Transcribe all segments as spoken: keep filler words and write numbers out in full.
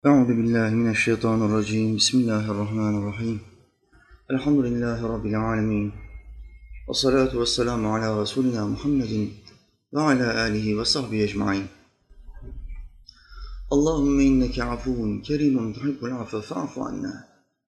Euzu billahi mineşşeytanirracim. Bismillahirrahmanirrahim. Elhamdülillahi rabbil alamin. Ves salatu vesselamu ala resulina Muhammedin ve ala alihi ve sahbihi ecmaîn. Allahumme inneke afuvun kerimun tuhibbul afve fa'fu anna.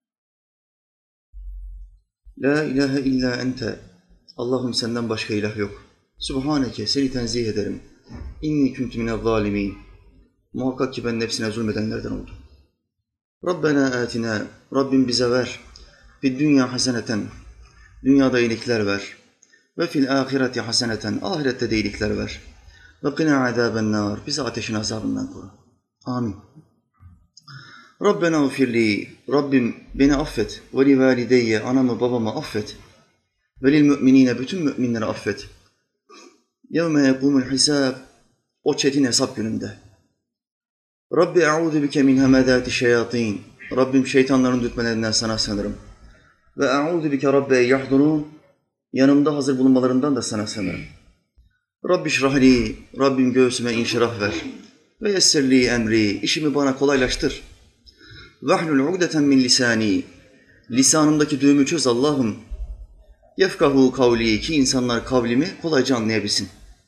La ilahe illa ente. Allah'ım senden başka ilah yok. Sübhaneke, seni tenzih ederim. İnni kuntu minezzalimin. Muhakkak ki ben nefsine zulmedenlerden oldum. Rabbena atina, Rabbim bize ver. Fid dünya haseneten, dünyada iyilikler ver. Ve fil ahireti haseneten, ahirette de iyilikler ver. Ve qina azaben nar, bizi ateşin azabından koru. Amin. Rabbena ufirli, Rabbim beni affet. Ve li valideyye, anamı babamı affet. Ve lil müminine, bütün müminleri affet. Yevme yekumul hisab, o çetin hesap gününde. Rabbi e'udu bike min hemedati şeyatin. Rabbim şeytanların dürtmelerinden sana sığınırım. Ve e'udu bike rabbe yahdurun. Yanımda hazır bulunmalarından da sana sığınırım. Rabbi şrahli, Rabbim göğsüme inşirah ver. Ve yessirli emri, işimi bana kolaylaştır. Vahlul ugdeten min lisani. Lisanımdaki düğümü çöz Allah'ım. Yefkahu kavli, ki insanlar kavlimi kolayca anlayabilsin.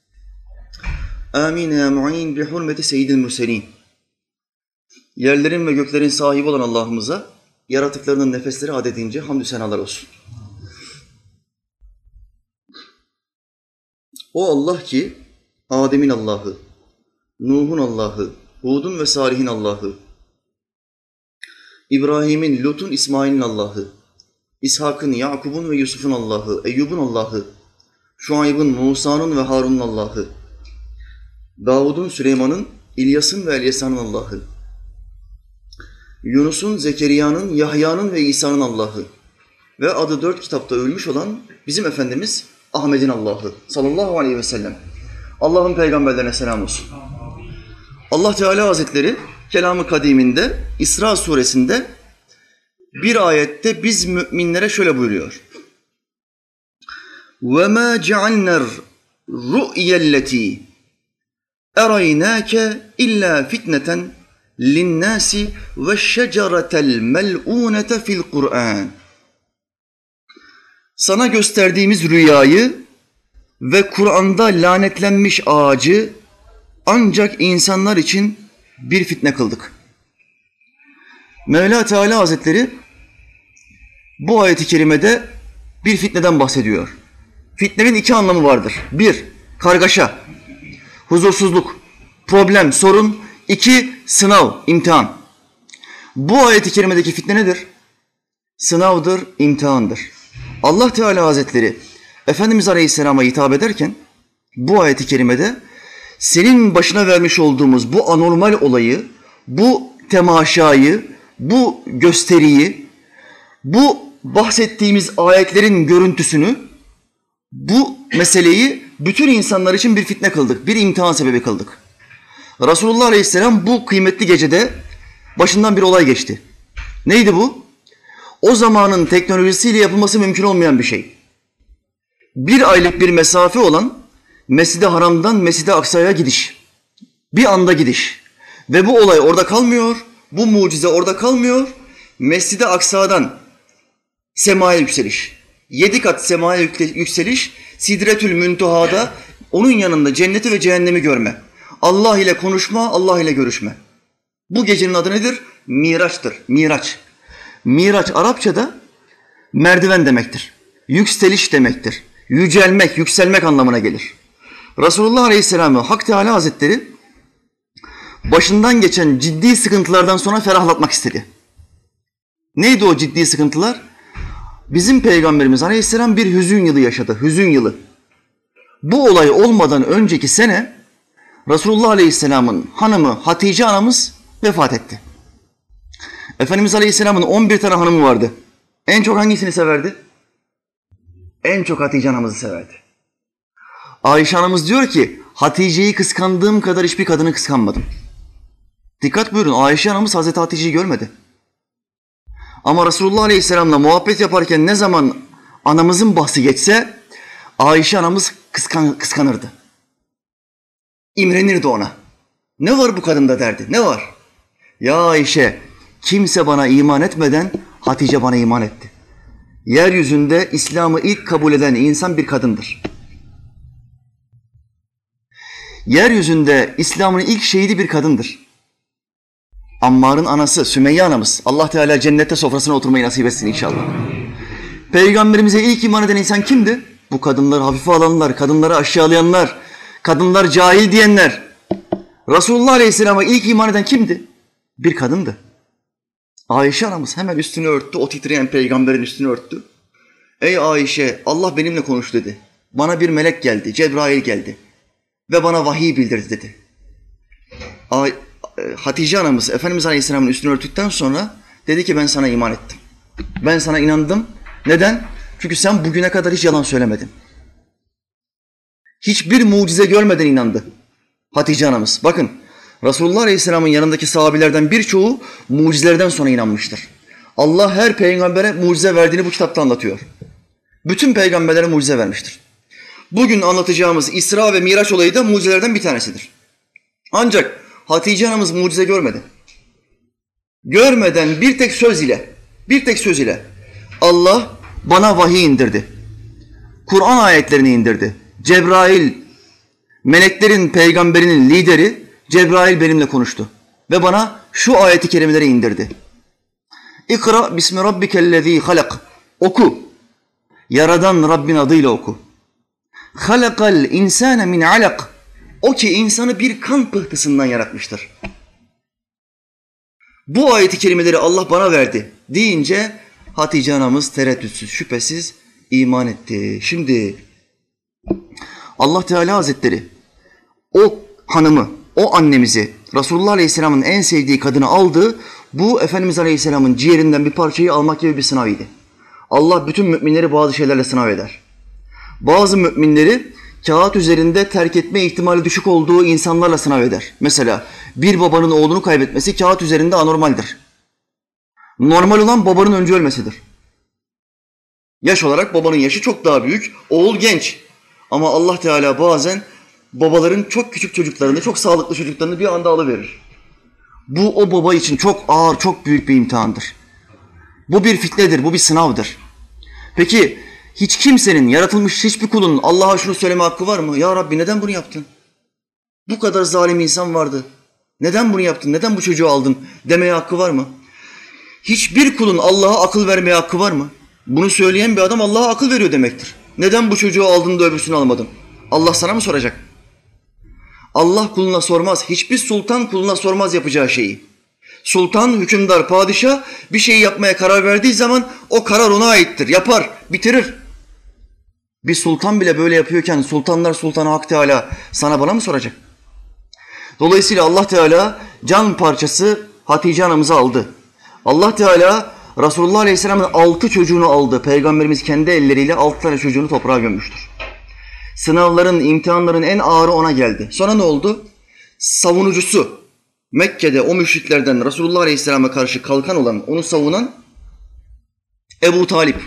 Amin ya mu'in bi hurmeti seyyidil murselin. Yerlerin ve göklerin sahibi olan Allah'ımıza yaratıklarının nefesleri adedince hamdü senalar olsun. O Allah ki Adem'in Allah'ı, Nuh'un Allah'ı, Hud'un ve Salih'in Allah'ı, İbrahim'in, Lut'un, İsmail'in Allah'ı, İshak'ın, Yakub'un ve Yusuf'un Allah'ı, Eyyub'un Allah'ı, Şuayb'ın, Musa'nın ve Harun'un Allah'ı, Davud'un, Süleyman'ın, İlyas'ın ve Elyasa'nın Allah'ı, Yunus'un, Zekeriya'nın, Yahya'nın ve İsa'nın Allah'ı ve adı dört kitapta ölmüş olan bizim Efendimiz Ahmet'in Allah'ı sallallahu aleyhi ve sellem. Allah'ın peygamberlerine selam olsun. Allah Teala Hazretleri Kelam-ı Kadim'inde İsra suresinde bir ayette biz müminlere şöyle buyuruyor. وَمَا جَعَلْنَا الرُّؤْيَ الَّتِي اَرَيْنَاكَ اِلَّا فِتْنَةً لِلنَّاسِ وَالشَّجَرَةَ الْمَلْعُونَةَ فِي الْقُرْآنِ. Sana gösterdiğimiz rüyayı ve Kur'an'da lanetlenmiş ağacı ancak insanlar için bir fitne kıldık. Mevla Teala Hazretleri bu ayet-i kerimede bir fitneden bahsediyor. Fitnenin iki anlamı vardır. Bir, kargaşa, huzursuzluk, problem, sorun. İki, sınav, imtihan. Bu ayet-i kerimedeki fitne nedir? Sınavdır, imtihandır. Allah Teala Hazretleri Efendimiz Aleyhisselam'a hitap ederken bu ayet-i kerimede senin başına vermiş olduğumuz bu anormal olayı, bu temaşayı, bu gösteriyi, bu bahsettiğimiz ayetlerin görüntüsünü, bu meseleyi bütün insanlar için bir fitne kıldık, bir imtihan sebebi kıldık. Resulullah Aleyhisselam bu kıymetli gecede başından bir olay geçti. Neydi bu? O zamanın teknolojisiyle yapılması mümkün olmayan bir şey. Bir aylık bir mesafe olan Mescid-i Haram'dan Mescid-i Aksa'ya gidiş. Bir anda gidiş. Ve bu olay orada kalmıyor, bu mucize orada kalmıyor. Mescid-i Aksa'dan semaya yükseliş. Yedi kat semaya yükseliş, Sidretül Münteha'da onun yanında cenneti ve cehennemi görme. Allah ile konuşma, Allah ile görüşme. Bu gecenin adı nedir? Miraç'tır, Miraç. Miraç Arapçada merdiven demektir. Yükseliş demektir. Yücelmek, yükselmek anlamına gelir. Resulullah Aleyhisselam'ı Hak Teala Hazretleri başından geçen ciddi sıkıntılardan sonra ferahlatmak istedi. Neydi o ciddi sıkıntılar? Bizim Peygamberimiz Aleyhisselam bir hüzün yılı yaşadı, hüzün yılı. Bu olay olmadan önceki sene Resulullah Aleyhisselam'ın hanımı Hatice anamız vefat etti. Efendimiz Aleyhisselam'ın on bir tane hanımı vardı. En çok hangisini severdi? En çok Hatice anamızı severdi. Ayşe anamız diyor ki, Hatice'yi kıskandığım kadar hiçbir kadını kıskanmadım. Dikkat buyurun, Ayşe anamız Hazreti Hatice'yi görmedi. Ama Resulullah Aleyhisselam'la muhabbet yaparken ne zaman anamızın bahsi geçse, Ayşe anamız kıskan, kıskanırdı. İmrenirdi ona. Ne var bu kadında derdi, ne var? Ya Ayşe, kimse bana iman etmeden Hatice bana iman etti. Yeryüzünde İslam'ı ilk kabul eden insan bir kadındır. Yeryüzünde İslam'ın ilk şehidi bir kadındır. Ammar'ın anası Sümeyye anamız. Allah Teala cennette sofrasına oturmayı nasip etsin inşallah. Peygamberimize ilk iman eden insan kimdi? Bu kadınları hafife alanlar, kadınları aşağılayanlar, kadınlar cahil diyenler. Resulullah Aleyhisselam'a ilk iman eden kimdi? Bir kadındı. Ayşe anamız hemen üstünü örttü, o titreyen peygamberin üstünü örttü. Ey Ayşe, Allah benimle konuş dedi. Bana bir melek geldi, Cebrail geldi ve bana vahiy bildirdi dedi. Ay, Hatice anamız Efendimiz Aleyhisselam'ın üstünü örttükten sonra dedi ki ben sana iman ettim. Ben sana inandım. Neden? Çünkü sen bugüne kadar hiç yalan söylemedin. Hiçbir mucize görmeden inandı Hatice anamız. Bakın, Resulullah Aleyhisselam'ın yanındaki sahabilerden birçoğu mucizelerden sonra inanmıştır. Allah her peygambere mucize verdiğini bu kitapta anlatıyor. Bütün peygamberlere mucize vermiştir. Bugün anlatacağımız İsra ve Miraç olayı da mucizelerden bir tanesidir. Ancak Hatice anamız mucize görmedi. Görmeden bir tek söz ile, bir tek söz ile Allah bana vahiy indirdi. Kur'an ayetlerini indirdi. Cebrail, meleklerin peygamberinin lideri Cebrail benimle konuştu. Ve bana şu ayeti kerimeleri indirdi. İkra bismi rabbikellezî halak. Oku. Yaradan Rabbin adıyla oku. Halakal insâne min alak. O ki insanı bir kan pıhtısından yaratmıştır. Bu ayeti kerimeleri Allah bana verdi deyince Hatice anamız tereddütsüz, şüphesiz iman etti. Şimdi Allah Teala Hazretleri o hanımı, o annemizi, Resulullah Aleyhisselam'ın en sevdiği kadını aldı. Bu Efendimiz Aleyhisselam'ın ciğerinden bir parçayı almak gibi bir sınavıydı. Allah bütün müminleri bazı şeylerle sınav eder. Bazı müminleri kağıt üzerinde terk etme ihtimali düşük olduğu insanlarla sınav eder. Mesela bir babanın oğlunu kaybetmesi kağıt üzerinde anormaldir. Normal olan babanın önce ölmesidir. Yaş olarak babanın yaşı çok daha büyük, oğul genç. Ama Allah Teala bazen babaların çok küçük çocuklarını, çok sağlıklı çocuklarını bir anda alıverir. Bu o baba için çok ağır, çok büyük bir imtihandır. Bu bir fitnedir, bu bir sınavdır. Peki hiç kimsenin, yaratılmış hiçbir kulun Allah'a şunu söyleme hakkı var mı? Ya Rabbi neden bunu yaptın? Bu kadar zalim insan vardı. Neden bunu yaptın? Neden bu çocuğu aldın? Demeye hakkı var mı? Hiçbir kulun Allah'a akıl vermeye hakkı var mı? Bunu söyleyen bir adam Allah'a akıl veriyor demektir. Neden bu çocuğu aldın da öbürsünü almadın? Allah sana mı soracak? Allah kuluna sormaz. Hiçbir sultan kuluna sormaz yapacağı şeyi. Sultan, hükümdar, padişah bir şeyi yapmaya karar verdiği zaman o karar ona aittir. Yapar, bitirir. Bir sultan bile böyle yapıyorken Sultanlar Sultanı Hak Teala sana bana mı soracak? Dolayısıyla Allah Teala can parçası Hatice anamızı aldı. Allah Teala Resulullah Aleyhisselam'ın altı çocuğunu aldı. Peygamberimiz kendi elleriyle altı tane çocuğunu toprağa gömmüştür. Sınavların, imtihanların en ağırı ona geldi. Sonra ne oldu? Savunucusu, Mekke'de o müşriklerden Resulullah Aleyhisselam'a karşı kalkan olan, onu savunan Ebu Talip.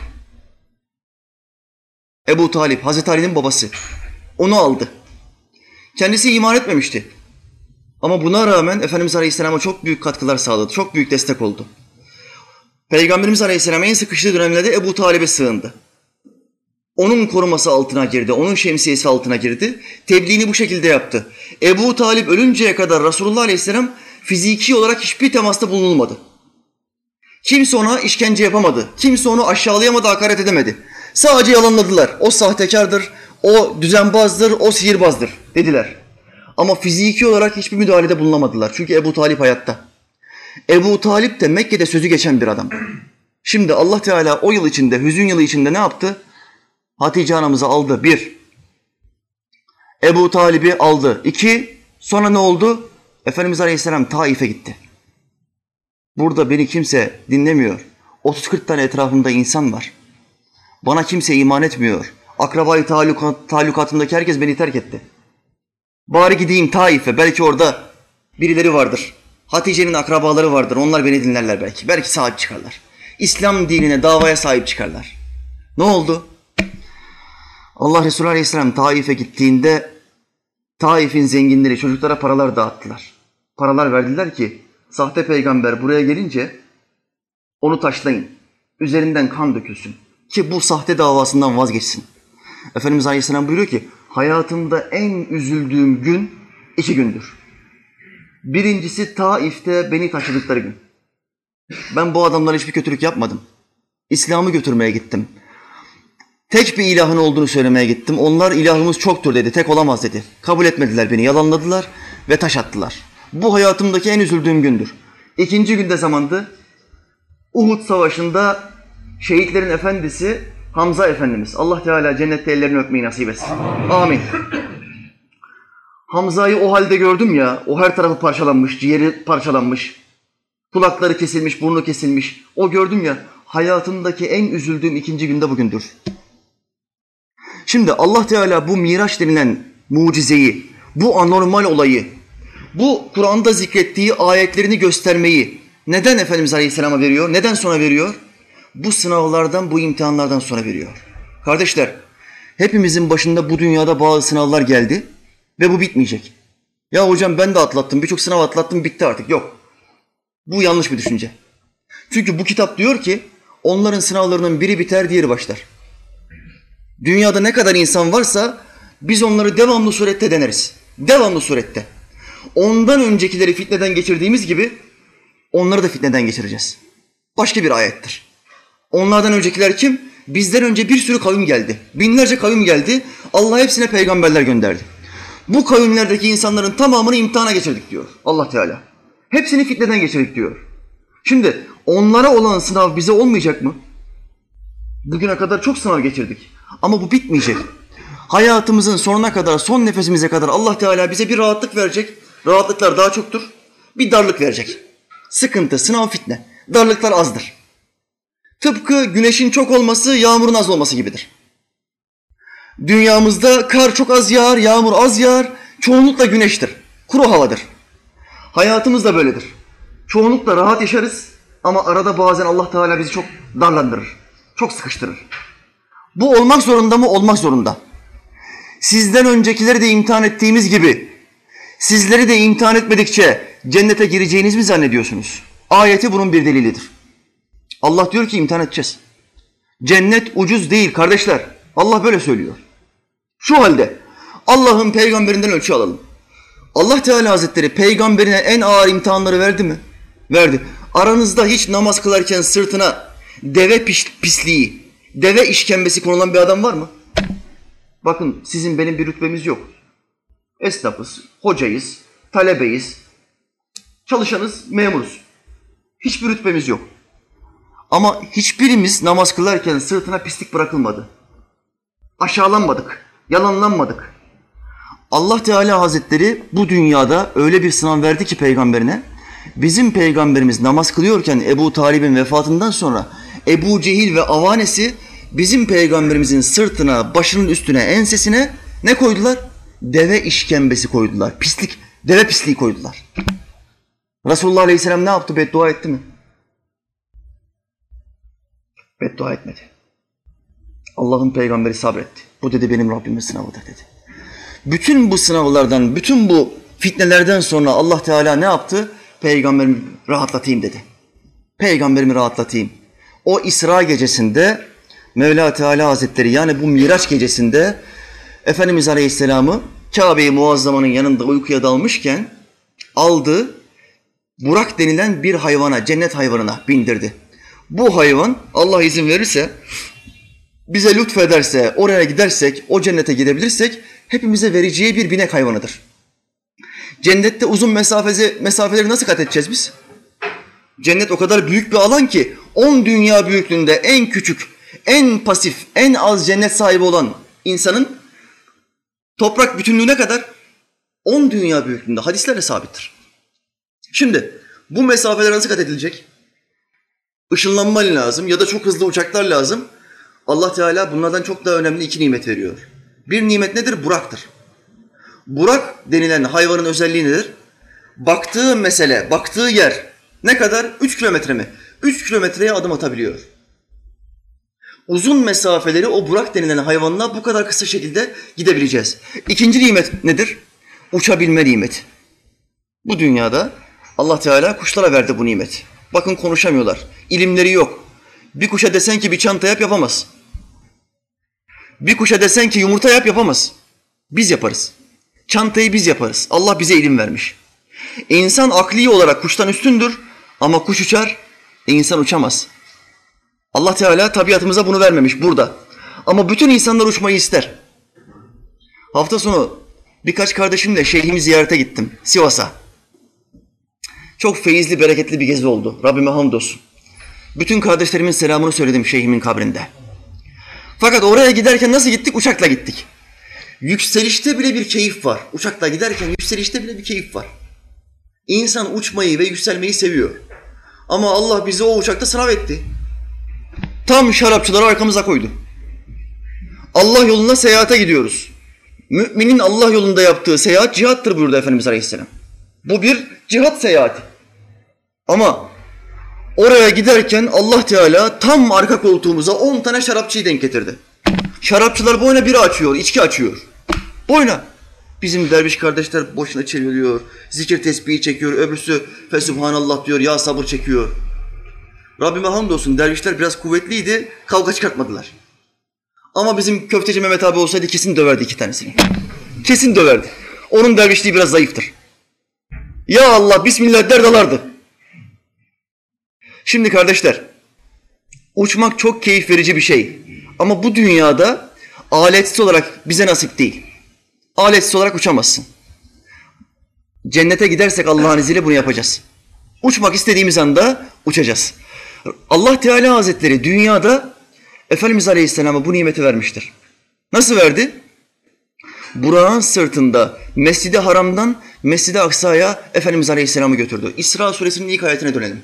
Ebu Talip, Hazreti Ali'nin babası. Onu aldı. Kendisi iman etmemişti. Ama buna rağmen Efendimiz Aleyhisselam'a çok büyük katkılar sağladı. Çok büyük destek oldu. Peygamberimiz Aleyhisselam en sıkıştığı dönemlerde Ebu Talib'e sığındı. Onun koruması altına girdi, onun şemsiyesi altına girdi. Tebliğini bu şekilde yaptı. Ebu Talip ölünceye kadar Resulullah Aleyhisselam fiziki olarak hiçbir temasta bulunulmadı. Kimse ona işkence yapamadı. Kimse onu aşağılayamadı, hakaret edemedi. Sadece yalanladılar. O sahtekardır, o düzenbazdır, o sihirbazdır dediler. Ama fiziki olarak hiçbir müdahalede bulunamadılar. Çünkü Ebu Talip hayatta. Ebu Talip de Mekke'de sözü geçen bir adam. Şimdi Allah Teala o yıl içinde, hüzün yılı içinde ne yaptı? Hatice anamızı aldı. Bir, Ebu Talib'i aldı. İki, sonra ne oldu? Efendimiz Aleyhisselam Taif'e gitti. Burada beni kimse dinlemiyor. otuz kırk tane etrafımda insan var. Bana kimse iman etmiyor. Akrabayı talukat, talukatımdaki herkes beni terk etti. Bari gideyim Taif'e. Belki orada birileri vardır. Hatice'nin akrabaları vardır. Onlar beni dinlerler belki. Belki sahip çıkarlar. İslam dinine, davaya sahip çıkarlar. Ne oldu? Allah Resulü Aleyhisselam Taif'e gittiğinde Taif'in zenginleri çocuklara paralar dağıttılar. Paralar verdiler ki sahte peygamber buraya gelince onu taşlayın. Üzerinden kan dökülsün. Ki bu sahte davasından vazgeçsin. Efendimiz Aleyhisselam buyuruyor ki hayatımda en üzüldüğüm gün iki gündür. Birincisi Taif'te beni taşıdıkları gün. Ben bu adamlara hiçbir kötülük yapmadım. İslam'ı götürmeye gittim. Tek bir ilahın olduğunu söylemeye gittim. Onlar ilahımız çoktur dedi, tek olamaz dedi. Kabul etmediler beni, yalanladılar ve taş attılar. Bu hayatımdaki en üzüldüğüm gündür. İkinci günde zamandı. Uhud Savaşı'nda şehitlerin efendisi Hamza Efendimiz. Allah Teala cennette ellerini öpmeyi nasip etsin. Amin. Amin. Hamza'yı o halde gördüm ya, o her tarafı parçalanmış, ciğeri parçalanmış, kulakları kesilmiş, burnu kesilmiş. O gördüm ya, hayatımdaki en üzüldüğüm ikinci günde bugündür. Şimdi Allah Teala bu Miraç denilen mucizeyi, bu anormal olayı, bu Kur'an'da zikrettiği ayetlerini göstermeyi neden Efendimiz Aleyhisselam'a veriyor? Neden sonra veriyor? Bu sınavlardan, bu imtihanlardan sonra veriyor. Kardeşler, hepimizin başında bu dünyada bazı sınavlar geldi ve bu bitmeyecek. Ya hocam ben de atlattım, birçok sınav atlattım, bitti artık. Yok. Bu yanlış bir düşünce. Çünkü bu kitap diyor ki onların sınavlarının biri biter, diğeri başlar. Dünyada ne kadar insan varsa biz onları devamlı surette deneriz. Devamlı surette. Ondan öncekileri fitneden geçirdiğimiz gibi onları da fitneden geçireceğiz. Başka bir ayettir. Onlardan öncekiler kim? Bizden önce bir sürü kavim geldi. Binlerce kavim geldi. Allah hepsine peygamberler gönderdi. Bu kavimlerdeki insanların tamamını imtihana geçirdik diyor Allah Teala. Hepsini fitneden geçirdik diyor. Şimdi onlara olan sınav bize olmayacak mı? Bugüne kadar çok sınav geçirdik. Ama bu bitmeyecek. Hayatımızın sonuna kadar, son nefesimize kadar Allah Teala bize bir rahatlık verecek. Rahatlıklar daha çoktur. Bir darlık verecek. Sıkıntı, sınav, fitne. Darlıklar azdır. Tıpkı güneşin çok olması, yağmurun az olması gibidir. Dünyamızda kar çok az yağar, yağmur az yağar. Çoğunlukla güneştir. Kuru havadır. Hayatımız da böyledir. Çoğunlukla rahat yaşarız ama arada bazen Allah Teala bizi çok darlandırır. Çok sıkıştırır. Bu olmak zorunda mı? Olmak zorunda. Sizden öncekileri de imtihan ettiğimiz gibi sizleri de imtihan etmedikçe cennete gireceğiniz mi zannediyorsunuz? Ayeti bunun bir delilidir. Allah diyor ki imtihan edeceğiz. Cennet ucuz değil kardeşler. Allah böyle söylüyor. Şu halde Allah'ın peygamberinden ölçü alalım. Allah Teala Hazretleri peygamberine en ağır imtihanları verdi mi? Verdi. Aranızda hiç namaz kılarken sırtına deve pisliği, deve işkembesi konulan bir adam var mı? Bakın sizin benim bir rütbemiz yok. Esnafız, hocayız, talebeyiz, çalışanız, memuruz. Hiçbir rütbemiz yok. Ama hiçbirimiz namaz kılarken sırtına pislik bırakılmadı. Aşağılanmadık, yalanlanmadık. Allah Teala Hazretleri bu dünyada öyle bir sınav verdi ki peygamberine, bizim peygamberimiz namaz kılıyorken Ebu Talib'in vefatından sonra Ebu Cehil ve avanesi bizim peygamberimizin sırtına, başının üstüne, ensesine ne koydular? Deve işkembesi koydular. Pislik, deve pisliği koydular. Resulullah Aleyhisselam ne yaptı? Beddua etti mi? Beddua etmedi. Allah'ın peygamberi sabretti. Bu dedi benim Rabbimin sınavıdır dedi. Bütün bu sınavlardan, bütün bu fitnelerden sonra Allah Teala ne yaptı? Peygamberimi rahatlatayım dedi. Peygamberimi rahatlatayım. O İsra gecesinde Mevla Teala Hazretleri yani bu Miraç gecesinde Efendimiz Aleyhisselam'ı Kabe-i Muazzama'nın yanında uykuya dalmışken aldı, Burak denilen bir hayvana, cennet hayvanına bindirdi. Bu hayvan Allah izin verirse, bize lütfederse, oraya gidersek, o cennete gidebilirsek hepimize vereceği bir binek hayvanıdır. Cennette uzun mesafesi, mesafeleri nasıl kat edeceğiz biz? Cennet o kadar büyük bir alan ki on dünya büyüklüğünde en küçük, en pasif, en az cennet sahibi olan insanın toprak bütünlüğüne kadar on dünya büyüklüğünde hadislerle sabittir. Şimdi bu mesafeler nasıl kat edilecek? Işınlanma lazım ya da çok hızlı uçaklar lazım. Allah Teala bunlardan çok daha önemli iki nimet veriyor. Bir nimet nedir? Buraktır. Burak denilen hayvanın özelliği nedir? Baktığı mesele, baktığı yer ne kadar? Üç kilometre mi? Üç kilometreye adım atabiliyor. Uzun mesafeleri o Burak denilen hayvanla bu kadar kısa şekilde gidebileceğiz. İkinci nimet nedir? Uçabilme nimeti. Bu dünyada Allah Teala kuşlara verdi bu nimet. Bakın konuşamıyorlar. İlimleri yok. Bir kuşa desen ki bir çanta yap yapamaz. Bir kuşa desen ki yumurta yap yapamaz. Biz yaparız. Çantayı biz yaparız. Allah bize ilim vermiş. İnsan akli olarak kuştan üstündür ama kuş uçar, insan uçamaz. Allah Teala tabiatımıza bunu vermemiş burada. Ama bütün insanlar uçmayı ister. Hafta sonu birkaç kardeşimle şeyhimi ziyarete gittim Sivas'a. Çok feyizli, bereketli bir gezi oldu. Rabbime hamdolsun. Bütün kardeşlerimin selamını söyledim şeyhimin kabrinde. Fakat oraya giderken nasıl gittik? Uçakla gittik. Yükselişte bile bir keyif var. Uçakla giderken yükselişte bile bir keyif var. İnsan uçmayı ve yükselmeyi seviyor. Ama Allah bizi o uçakta sınav etti. Tam şarapçıları arkamıza koydu. Allah yoluna seyahate gidiyoruz. Müminin Allah yolunda yaptığı seyahat cihattır buyurdu Efendimiz Aleyhisselam. Bu bir cihat seyahati. Ama oraya giderken Allah Teala tam arka koltuğumuza on tane şarapçıyı denk getirdi. Şarapçılar boyuna biri açıyor, içki açıyor. Boyuna. Bizim derviş kardeşler boşuna çeviriyor, zikir tesbihi çekiyor, öbürsü Fesubhanallah diyor, ya sabır çekiyor. Rabbime hamdolsun dervişler biraz kuvvetliydi, kavga çıkartmadılar. Ama bizim köfteci Mehmet abi olsaydı kesin döverdi iki tanesini. Kesin döverdi. Onun dervişliği biraz zayıftır. Ya Allah, Bismillah der dalardı. Şimdi kardeşler, uçmak çok keyif verici bir şey. Ama bu dünyada aletsiz olarak bize nasip değil. Aletsiz olarak uçamazsın. Cennete gidersek Allah'ın izniyle bunu yapacağız. Uçmak istediğimiz anda uçacağız. Allah Teala Hazretleri dünyada Efendimiz Aleyhisselam'a bu nimeti vermiştir. Nasıl verdi? Burak'ın sırtında Mescid-i Haram'dan Mescid-i Aksa'ya Efendimiz Aleyhisselam'ı götürdü. İsra suresinin ilk ayetine dönelim.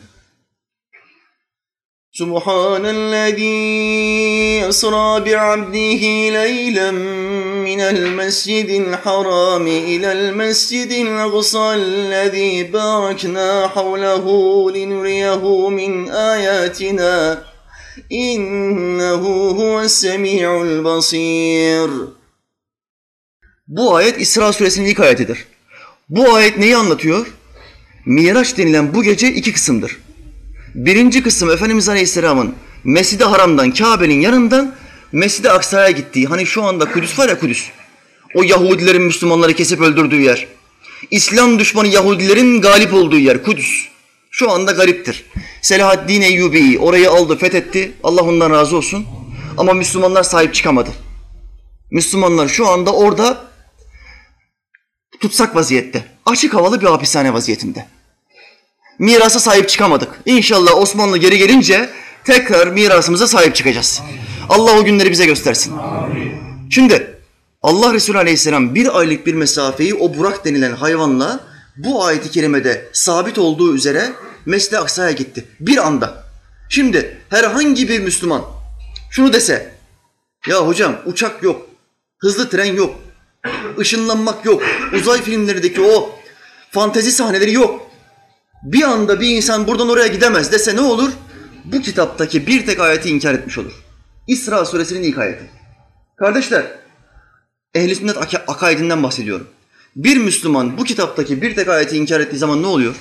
Subhanellezî esrâ bi'abdihi leylen minel mescidil harâmi ilel mescidil aksâllezî bâraknâ havlehu linuriyehu min âyâtinâ innehu huves-semî'ul basîr. Bu ayet İsra suresinin ilk ayetidir. Bu ayet neyi anlatıyor? Miraç denilen bu gece iki kısımdır. Birinci kısım Efendimiz Aleyhisselam'ın Mescid-i Haram'dan, Kabe'nin yanından Mescid-i Aksa'ya gittiği, hani şu anda Kudüs var ya Kudüs, o Yahudilerin Müslümanları kesip öldürdüğü yer, İslam düşmanı Yahudilerin galip olduğu yer Kudüs, şu anda gariptir. Selahaddin Eyyubi orayı aldı, fethetti, Allah ondan razı olsun ama Müslümanlar sahip çıkamadı. Müslümanlar şu anda orada tutsak vaziyette, açık havalı bir hapishane vaziyetinde. Mirasa sahip çıkamadık. İnşallah Osmanlı geri gelince tekrar mirasımıza sahip çıkacağız. Allah o günleri bize göstersin. Amin. Şimdi Allah Resulü Aleyhisselam bir aylık bir mesafeyi o Burak denilen hayvanla bu ayet-i kerimede sabit olduğu üzere Mescid-i Aksa'ya gitti. Bir anda. Şimdi herhangi bir Müslüman şunu dese, ya hocam uçak yok, hızlı tren yok, ışınlanmak yok, uzay filmlerindeki o fantezi sahneleri yok. Bir anda bir insan buradan oraya gidemez dese ne olur? Bu kitaptaki bir tek ayeti inkar etmiş olur. İsra suresinin ilk ayeti. Kardeşler, ehl-i sünnet ak- akaidinden bahsediyorum. Bir Müslüman bu kitaptaki bir tek ayeti inkar ettiği zaman ne oluyor?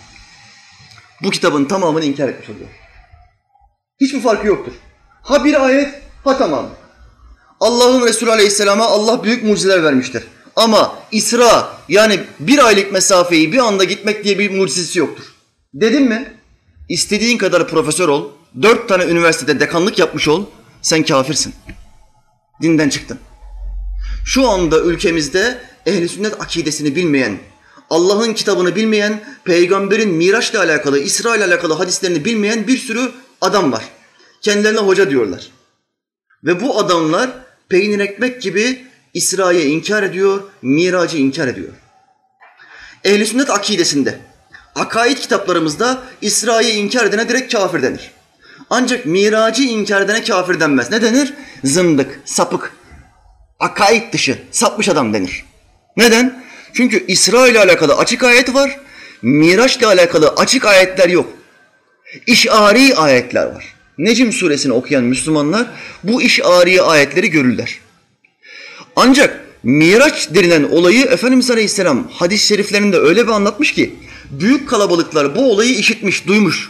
Bu kitabın tamamını inkar etmiş oluyor. Hiçbir farkı yoktur. Ha bir ayet, ha tamam. Allah'ın Resulü Aleyhisselam'a Allah büyük mucizeler vermiştir. Ama İsra, yani bir aylık mesafeyi bir anda gitmek diye bir mucizesi yoktur. Dedim mi? İstediğin kadar profesör ol, dört tane üniversitede dekanlık yapmış ol, sen kafirsin. Dinden çıktın. Şu anda ülkemizde ehl-i sünnet akidesini bilmeyen, Allah'ın kitabını bilmeyen, peygamberin Miraç'la alakalı, İsra ile alakalı hadislerini bilmeyen bir sürü adam var. Kendilerine hoca diyorlar. Ve bu adamlar peynir ekmek gibi İsra'yı inkar ediyor, Mirac'ı inkar ediyor. Ehl-i sünnet akidesinde, akaid kitaplarımızda İsra'yı inkar edene direkt kafir denir. Ancak Mirac'ı inkar edene kafir denmez. Ne denir? Zındık, sapık, akaid dışı, sapmış adam denir. Neden? Çünkü İsra ile alakalı açık ayet var, Miraç ile alakalı açık ayetler yok. İş'ari ayetler var. Necm suresini okuyan Müslümanlar bu iş'ari ayetleri görürler. Ancak Miraç denilen olayı Efendimiz Aleyhisselam hadis-i şeriflerinde öyle bir anlatmış ki Büyük kalabalıklar bu olayı işitmiş, duymuş.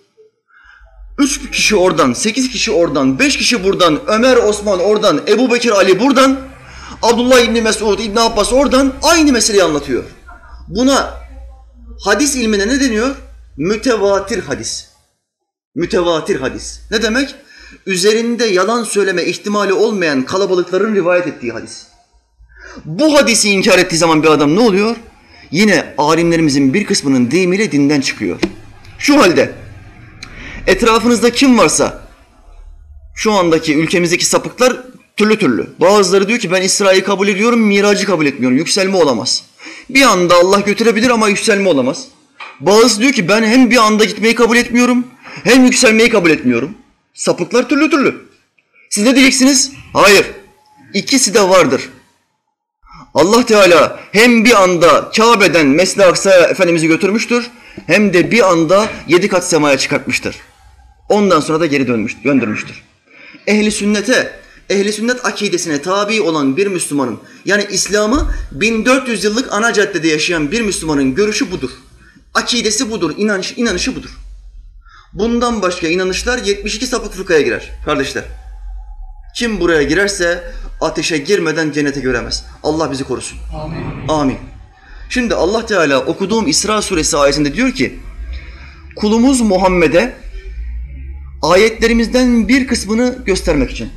Üç kişi oradan, sekiz kişi oradan, beş kişi buradan, Ömer, Osman oradan, Ebu Bekir, Ali buradan, Abdullah İbni Mesud, İbni Abbas oradan aynı meseleyi anlatıyor. Buna hadis ilmine ne deniyor? Mütevatir hadis. Mütevatir hadis. Ne demek? Üzerinde yalan söyleme ihtimali olmayan kalabalıkların rivayet ettiği hadis. Bu hadisi inkar ettiği zaman bir adam ne oluyor? Yine alimlerimizin bir kısmının deyimiyle dinden çıkıyor. Şu halde etrafınızda kim varsa şu andaki ülkemizdeki sapıklar türlü türlü. Bazıları diyor ki ben İsra'yı kabul ediyorum, miracı kabul etmiyorum. Yükselme olamaz. Bir anda Allah götürebilir ama yükselme olamaz. Bazısı diyor ki ben hem bir anda gitmeyi kabul etmiyorum hem yükselmeyi kabul etmiyorum. Sapıklar türlü türlü. Siz ne diyeceksiniz? Hayır. İkisi de vardır. Allah Teala hem bir anda Kabe'den Mescid-i Aksa'ya Efendimiz'i götürmüştür hem de bir anda yedi kat semaya çıkartmıştır. Ondan sonra da geri dönmüş, döndürmüştür. Ehli sünnete, ehli sünnet akidesine tabi olan bir Müslümanın, yani İslam'ı bin dört yüz yıllık ana caddede yaşayan bir Müslümanın görüşü budur. Akidesi budur, inanış, inanışı budur. Bundan başka inanışlar yetmiş iki sapık fırkaya girer kardeşler. Kim buraya girerse ateşe girmeden cennete göremez. Allah bizi korusun. Amin. Amin. Şimdi Allah Teala okuduğum İsra suresi ayetinde diyor ki, kulumuz Muhammed'e ayetlerimizden bir kısmını göstermek için.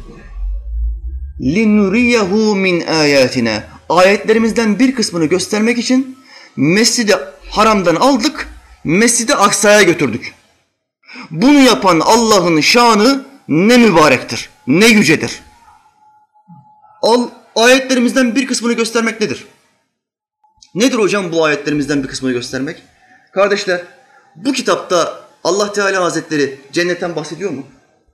لِنُرِيَهُ مِنْ آيَاتِنَا ayetlerimizden bir kısmını göstermek için Mescid-i Haram'dan aldık, Mescid-i Aksa'ya götürdük. Bunu yapan Allah'ın şanı ne mübarektir, ne yücedir. Al, ayetlerimizden bir kısmını göstermek nedir? Nedir hocam bu ayetlerimizden bir kısmını göstermek? Kardeşler, bu kitapta Allah Teala Hazretleri cennetten bahsediyor mu?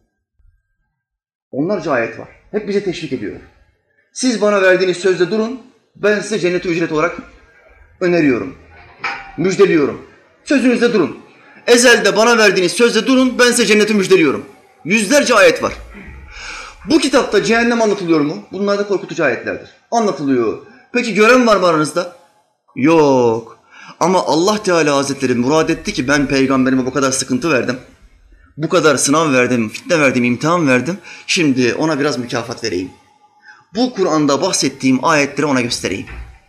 Onlarca ayet var. Hep bize teşvik ediyor. Siz bana verdiğiniz sözde durun, ben size cenneti ücret olarak öneriyorum, müjdeliyorum. Sözünüzde durun. Ezelde bana verdiğiniz sözde durun, ben size cenneti müjdeliyorum. Yüzlerce ayet var. Bu kitapta cehennem anlatılıyor mu? Bunlar da korkutucu ayetlerdir. Anlatılıyor. Peki gören var mı aranızda? Yok. Ama Allah Teala Hazretleri murad etti ki ben peygamberime bu kadar sıkıntı verdim. Bu kadar sınav verdim, fitne verdim, imtihan verdim. Şimdi ona biraz mükafat vereyim. Bu Kur'an'da bahsettiğim ayetleri ona göstereyim.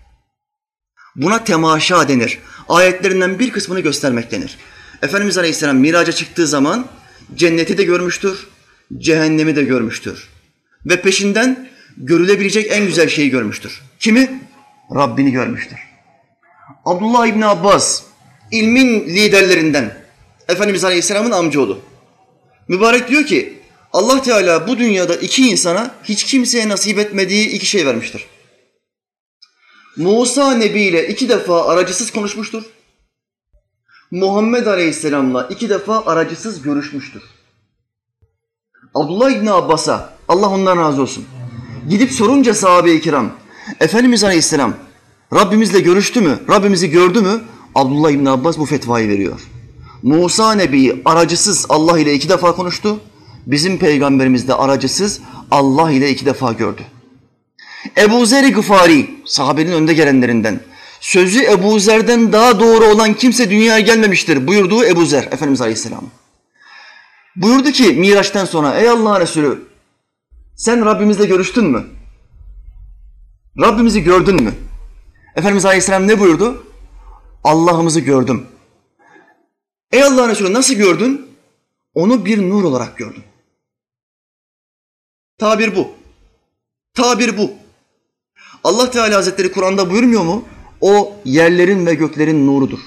Buna temaşa denir. Ayetlerinden bir kısmını göstermek denir. Efendimiz Aleyhisselam miraca çıktığı zaman cenneti de görmüştür, cehennemi de görmüştür. Ve peşinden görülebilecek en güzel şeyi görmüştür. Kimi? Rabbini görmüştür. Abdullah İbni Abbas, ilmin liderlerinden, Efendimiz Aleyhisselam'ın amcaoğlu. Mübarek diyor ki, Allah Teala bu dünyada iki insana hiç kimseye nasip etmediği iki şey vermiştir. Musa Nebi ile iki defa aracısız konuşmuştur. Muhammed Aleyhisselam'la iki defa aracısız görüşmüştür. Abdullah İbni Abbas'a, Allah ondan razı olsun, gidip sorunca sahabe-i kiram, Efendimiz Aleyhisselam Rabbimizle görüştü mü, Rabbimizi gördü mü? Abdullah İbni Abbas bu fetvayı veriyor. Musa Nebi aracısız Allah ile iki defa konuştu. Bizim peygamberimiz de aracısız Allah ile iki defa gördü. Ebu Zer-i Gıfari, sahabenin önde gelenlerinden, sözü Ebu Zer'den daha doğru olan kimse dünyaya gelmemiştir buyurduğu Ebu Zer, Efendimiz Aleyhisselam. Buyurdu ki Miraç'tan sonra, ey Allah'ın Resulü, sen Rabbimizle görüştün mü? Rabbimizi gördün mü? Efendimiz Aleyhisselam ne buyurdu? Allah'ımızı gördüm. Ey Allah'ın Resulü nasıl gördün? Onu bir nur olarak gördüm. Tabir bu. Tabir bu. Allah Teala Hazretleri Kur'an'da buyurmuyor mu? O yerlerin ve göklerin nurudur.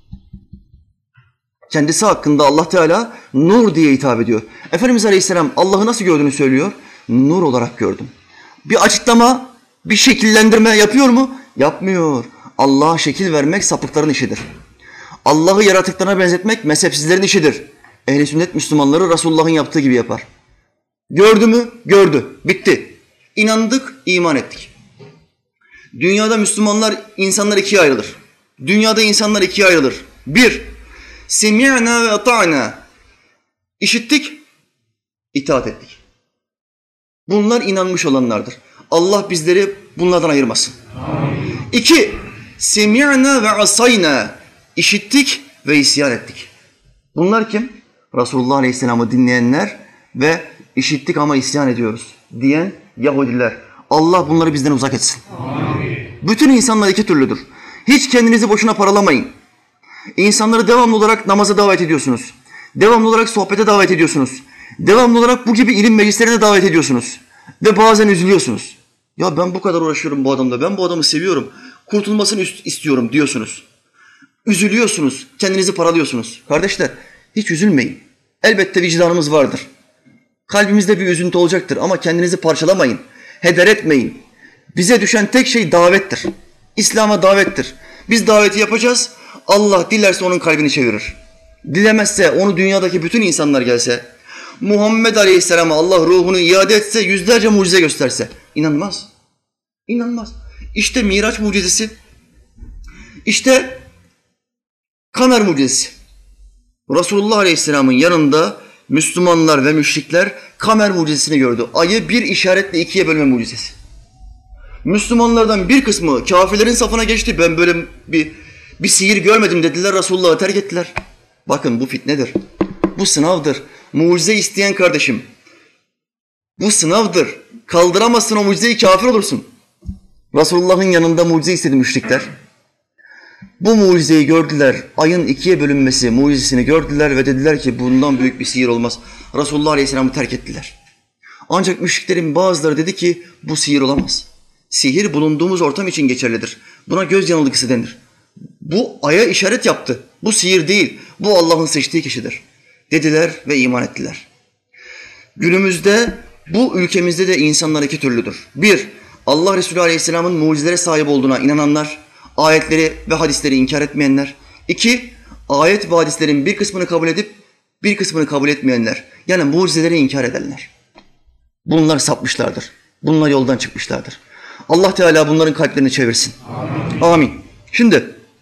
Kendisi hakkında Allah Teala nur diye hitap ediyor. Efendimiz Aleyhisselam Allah'ı nasıl gördüğünü söylüyor? Nur olarak gördüm. Bir açıklama, bir şekillendirme yapıyor mu? Yapmıyor. Allah'a şekil vermek sapıkların işidir. Allah'ı yaratıklarına benzetmek mezhepsizlerin işidir. Ehl-i sünnet Müslümanları Resulullah'ın yaptığı gibi yapar. Gördü mü? Gördü. Bitti. İnandık, iman ettik. Dünyada Müslümanlar, insanlar ikiye ayrılır. Dünyada insanlar ikiye ayrılır. Bir, semi'na ve ata'na. İşittik, itaat ettik. Bunlar inanmış olanlardır. Allah bizleri bunlardan ayırmasın. Amin. İki, semi'na ve asayna. İşittik ve isyan ettik. Bunlar kim? Resulullah Aleyhisselam'ı dinleyenler ve işittik ama isyan ediyoruz diyen Yahudiler. Allah bunları bizden uzak etsin. Amin. Bütün insanlar iki türlüdür. Hiç kendinizi boşuna paralamayın. İnsanları devamlı olarak namaza davet ediyorsunuz. Devamlı olarak sohbete davet ediyorsunuz. Devamlı olarak bu gibi ilim meclislerine davet ediyorsunuz. Ve bazen üzülüyorsunuz. Ya ben bu kadar uğraşıyorum bu adamla, ben bu adamı seviyorum, kurtulmasını istiyorum diyorsunuz. Üzülüyorsunuz, kendinizi paralıyorsunuz. Kardeşler, hiç üzülmeyin. Elbette vicdanımız vardır. Kalbimizde bir üzüntü olacaktır ama kendinizi parçalamayın, heder etmeyin. Bize düşen tek şey davettir. İslam'a davettir. Biz daveti yapacağız, Allah dilerse onun kalbini çevirir. Dilemezse onu dünyadaki bütün insanlar gelse, Muhammed Aleyhisselam'a Allah ruhunu iade etse, yüzlerce mucize gösterse, inanmaz. İnanmaz. İşte Miraç mucizesi, işte Kamer mucizesi. Resulullah Aleyhisselam'ın yanında Müslümanlar ve müşrikler Kamer mucizesini gördü. Ayı bir işaretle ikiye bölme mucizesi. Müslümanlardan bir kısmı kafirlerin safına geçti. Ben böyle bir, bir sihir görmedim dediler. Resulullah'ı terk ettiler. Bakın bu fitnedir. Bu sınavdır. Mucize isteyen kardeşim. Bu sınavdır. Kaldıramazsın o mucizeyi, kafir olursun. Resulullah'ın yanında mucize istedi müşrikler. Bu mucizeyi gördüler. Ayın ikiye bölünmesi mucizesini gördüler ve dediler ki bundan büyük bir sihir olmaz. Resulullah Aleyhisselam'ı terk ettiler. Ancak müşriklerin bazıları dedi ki bu sihir olamaz. Sihir bulunduğumuz ortam için geçerlidir. Buna göz yanılgısı denir. Bu aya işaret yaptı. Bu sihir değil. Bu Allah'ın seçtiği kişidir. Dediler ve iman ettiler. Günümüzde bu ülkemizde de insanlar iki türlüdür. Bir, Allah Resulü Aleyhisselam'ın mucizelere sahip olduğuna inananlar, ayetleri ve hadisleri inkar etmeyenler. İki, ayet ve hadislerin bir kısmını kabul edip bir kısmını kabul etmeyenler. Yani mucizeleri inkar edenler. Bunlar sapmışlardır. Bunlar yoldan çıkmışlardır. Allah Teala bunların kalplerini çevirsin. Amin. Amin. Şimdi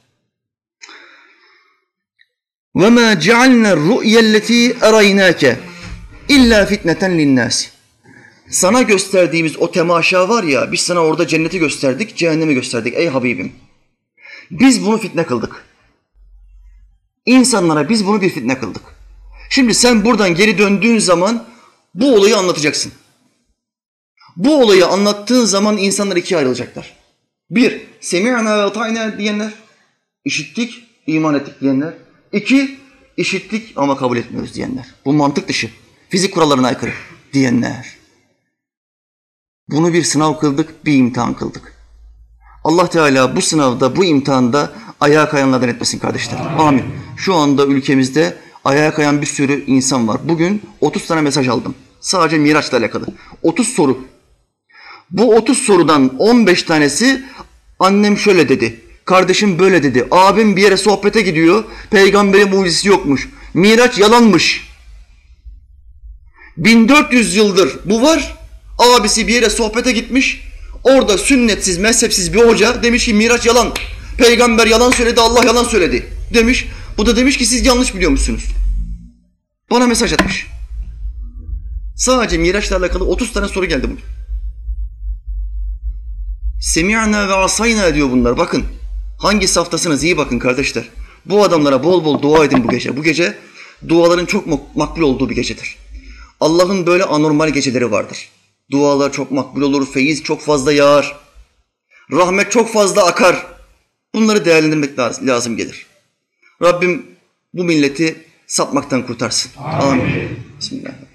وَمَا جَعَلْنَا الرُّؤْيَ الَّتِي اَرَيْنَاكَ اِلَّا فِتْنَةً لِلنَّاسِ. Sana gösterdiğimiz o temaşa var ya, biz sana orada cenneti gösterdik, cehennemi gösterdik ey Habibim. Biz bunu fitne kıldık. İnsanlara biz bunu bir fitne kıldık. Şimdi sen buradan geri döndüğün zaman bu olayı anlatacaksın. Bu olayı anlattığın zaman insanlar ikiye ayrılacaklar. Bir, semi'na ve ata'na diyenler, işittik, iman ettik diyenler. İki, işittik ama kabul etmiyoruz diyenler. Bu mantık dışı, fizik kurallarına aykırı diyenler. Bunu bir sınav kıldık, bir imtihan kıldık. Allah Teala bu sınavda, bu imtihanda ayağa kayanlardan etmesin kardeşler. Amin. Şu anda ülkemizde ayağa kayan bir sürü insan var. Bugün otuz tane mesaj aldım. Sadece Miraç'la alakalı. otuz soru. Bu otuz sorudan on beş tanesi annem şöyle dedi, kardeşim böyle dedi, abim bir yere sohbete gidiyor, peygamberin mucizesi yokmuş, Miraç yalanmış. bin dört yüz yıldır bu var, abisi bir yere sohbete gitmiş, orada sünnetsiz, mezhepsiz bir hoca demiş ki Miraç yalan, peygamber yalan söyledi, Allah yalan söyledi demiş. Bu da demiş ki siz yanlış biliyormuşsunuz. Bana mesaj atmış. Sadece Miraç'la alakalı otuz tane soru geldi bugün. Semi'na ve asayna diyor bunlar. Bakın hangi saftasınız, iyi bakın kardeşler. Bu adamlara bol bol dua edin bu gece. Bu gece duaların çok makbul olduğu bir gecedir. Allah'ın böyle anormal geceleri vardır. Dualar çok makbul olur, feyiz çok fazla yağar, rahmet çok fazla akar. Bunları değerlendirmek lazım gelir. Rabbim bu milleti sapmaktan kurtarsın. Amin. Amin. Bismillahirrahmanirrahim.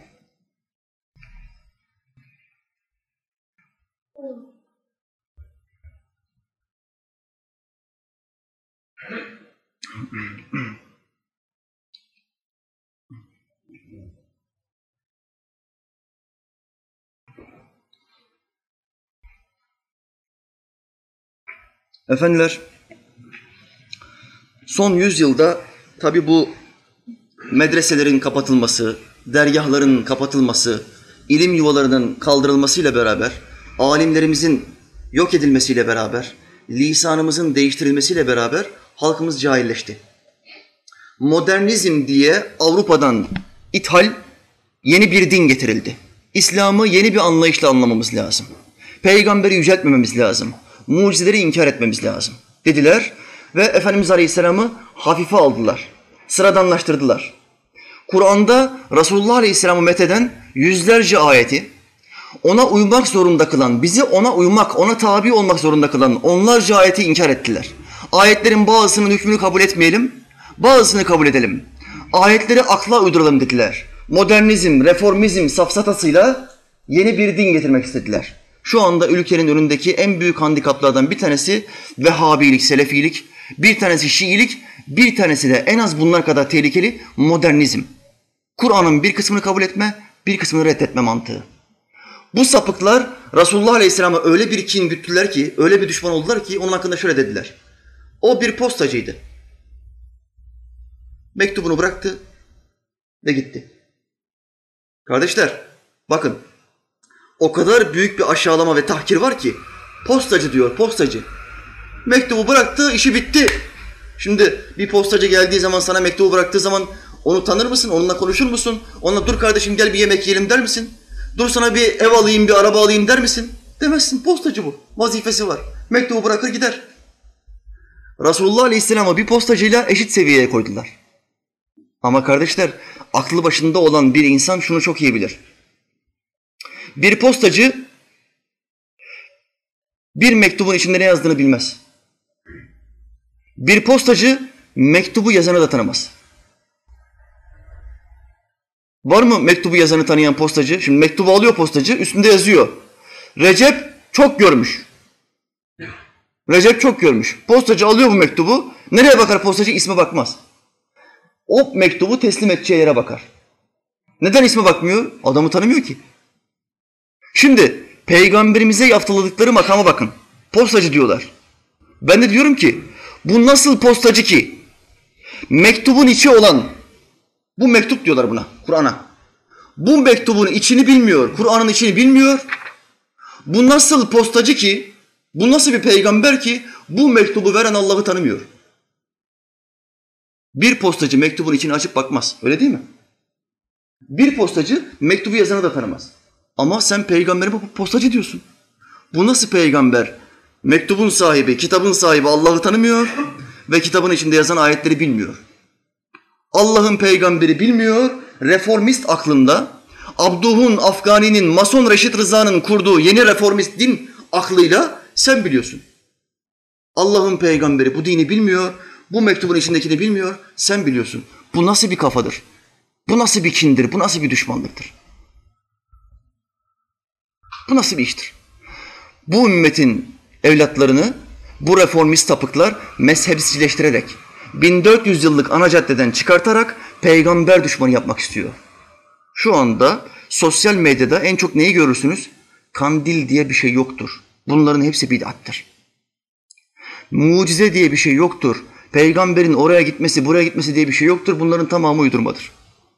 Efendiler, son yüzyılda tabi bu medreselerin kapatılması, dergahların kapatılması, ilim yuvalarının kaldırılmasıyla beraber, alimlerimizin yok edilmesiyle beraber, lisanımızın değiştirilmesiyle beraber halkımız cahilleşti. Modernizm diye Avrupa'dan ithal yeni bir din getirildi. İslam'ı yeni bir anlayışla anlamamız lazım. Peygamberi yüceltmememiz lazım. Mucizeleri inkar etmemiz lazım dediler ve Efendimiz Aleyhisselam'ı hafife aldılar, sıradanlaştırdılar. Kur'an'da Resulullah Aleyhisselam'ı metheden yüzlerce ayeti, ona uymak zorunda kılan, bizi ona uymak, ona tabi olmak zorunda kılan onlarca ayeti inkar ettiler. Ayetlerin bazısının hükmünü kabul etmeyelim, bazısını kabul edelim. Ayetleri akla uyduralım dediler. Modernizm, reformizm safsatasıyla yeni bir din getirmek istediler. Şu anda ülkenin önündeki en büyük handikaplardan bir tanesi Vehhabilik, Selefilik, bir tanesi Şiilik, bir tanesi de en az bunlar kadar tehlikeli modernizm. Kur'an'ın bir kısmını kabul etme, bir kısmını reddetme mantığı. Bu sapıklar Resulullah Aleyhisselam'a öyle bir kin güttüler ki, öyle bir düşman oldular ki onun hakkında şöyle dediler. O bir postacıydı. Mektubunu bıraktı ve gitti. Kardeşler, bakın. O kadar büyük bir aşağılama ve tahkir var ki, postacı diyor, postacı. Mektubu bıraktı, işi bitti. Şimdi bir postacı geldiği zaman, sana mektubu bıraktığı zaman onu tanır mısın? Onunla konuşur musun? Ona dur kardeşim gel bir yemek yiyelim der misin? Dur sana bir ev alayım, bir araba alayım der misin? Demezsin. Postacı bu. Vazifesi var. Mektubu bırakır gider. Resulullah Aleyhisselam'ı bir postacıyla eşit seviyeye koydular. Ama kardeşler, aklı başında olan bir insan şunu çok iyi bilir. Bir postacı bir mektubun içinde ne yazdığını bilmez. Bir postacı mektubu yazanı da tanımaz. Var mı mektubu yazanı tanıyan postacı? Şimdi mektubu alıyor postacı, üstünde yazıyor. Recep çok görmüş. Recep çok görmüş. Postacı alıyor bu mektubu. Nereye bakar postacı? İsme bakmaz. O mektubu teslim edeceği yere bakar. Neden isme bakmıyor? Adamı tanımıyor ki. Şimdi peygamberimize yaftaladıkları makama bakın. Postacı diyorlar. Ben de diyorum ki bu nasıl postacı ki? Mektubun içi olan, bu mektup diyorlar buna, Kur'an'a. Bu mektubun içini bilmiyor, Kur'an'ın içini bilmiyor. Bu nasıl postacı ki, bu nasıl bir peygamber ki bu mektubu veren Allah'ı tanımıyor? Bir postacı mektubun içini açıp bakmaz, öyle değil mi? Bir postacı mektubu yazanı da tanımaz. Ama sen peygamberime postacı diyorsun. Bu nasıl peygamber? Mektubun sahibi, kitabın sahibi Allah'ı tanımıyor ve kitabın içinde yazan ayetleri bilmiyor. Allah'ın peygamberi bilmiyor, reformist aklında, Abduhun Afgani'nin, Mason Reşit Rıza'nın kurduğu yeni reformist din aklıyla sen biliyorsun. Allah'ın peygamberi bu dini bilmiyor, bu mektubun içindekini bilmiyor, sen biliyorsun. Bu nasıl bir kafadır? Bu nasıl bir kindir? Bu nasıl bir düşmanlıktır? Bu nasıl bir iştir? Bu ümmetin evlatlarını bu reformist tapıklar mezhepsizleştirerek, bin dört yüz yıllık ana caddeden çıkartarak peygamber düşmanı yapmak istiyor. Şu anda sosyal medyada en çok neyi görürsünüz? Kandil diye bir şey yoktur. Bunların hepsi bid'attır. Mucize diye bir şey yoktur. Peygamberin oraya gitmesi, buraya gitmesi diye bir şey yoktur. Bunların tamamı uydurmadır.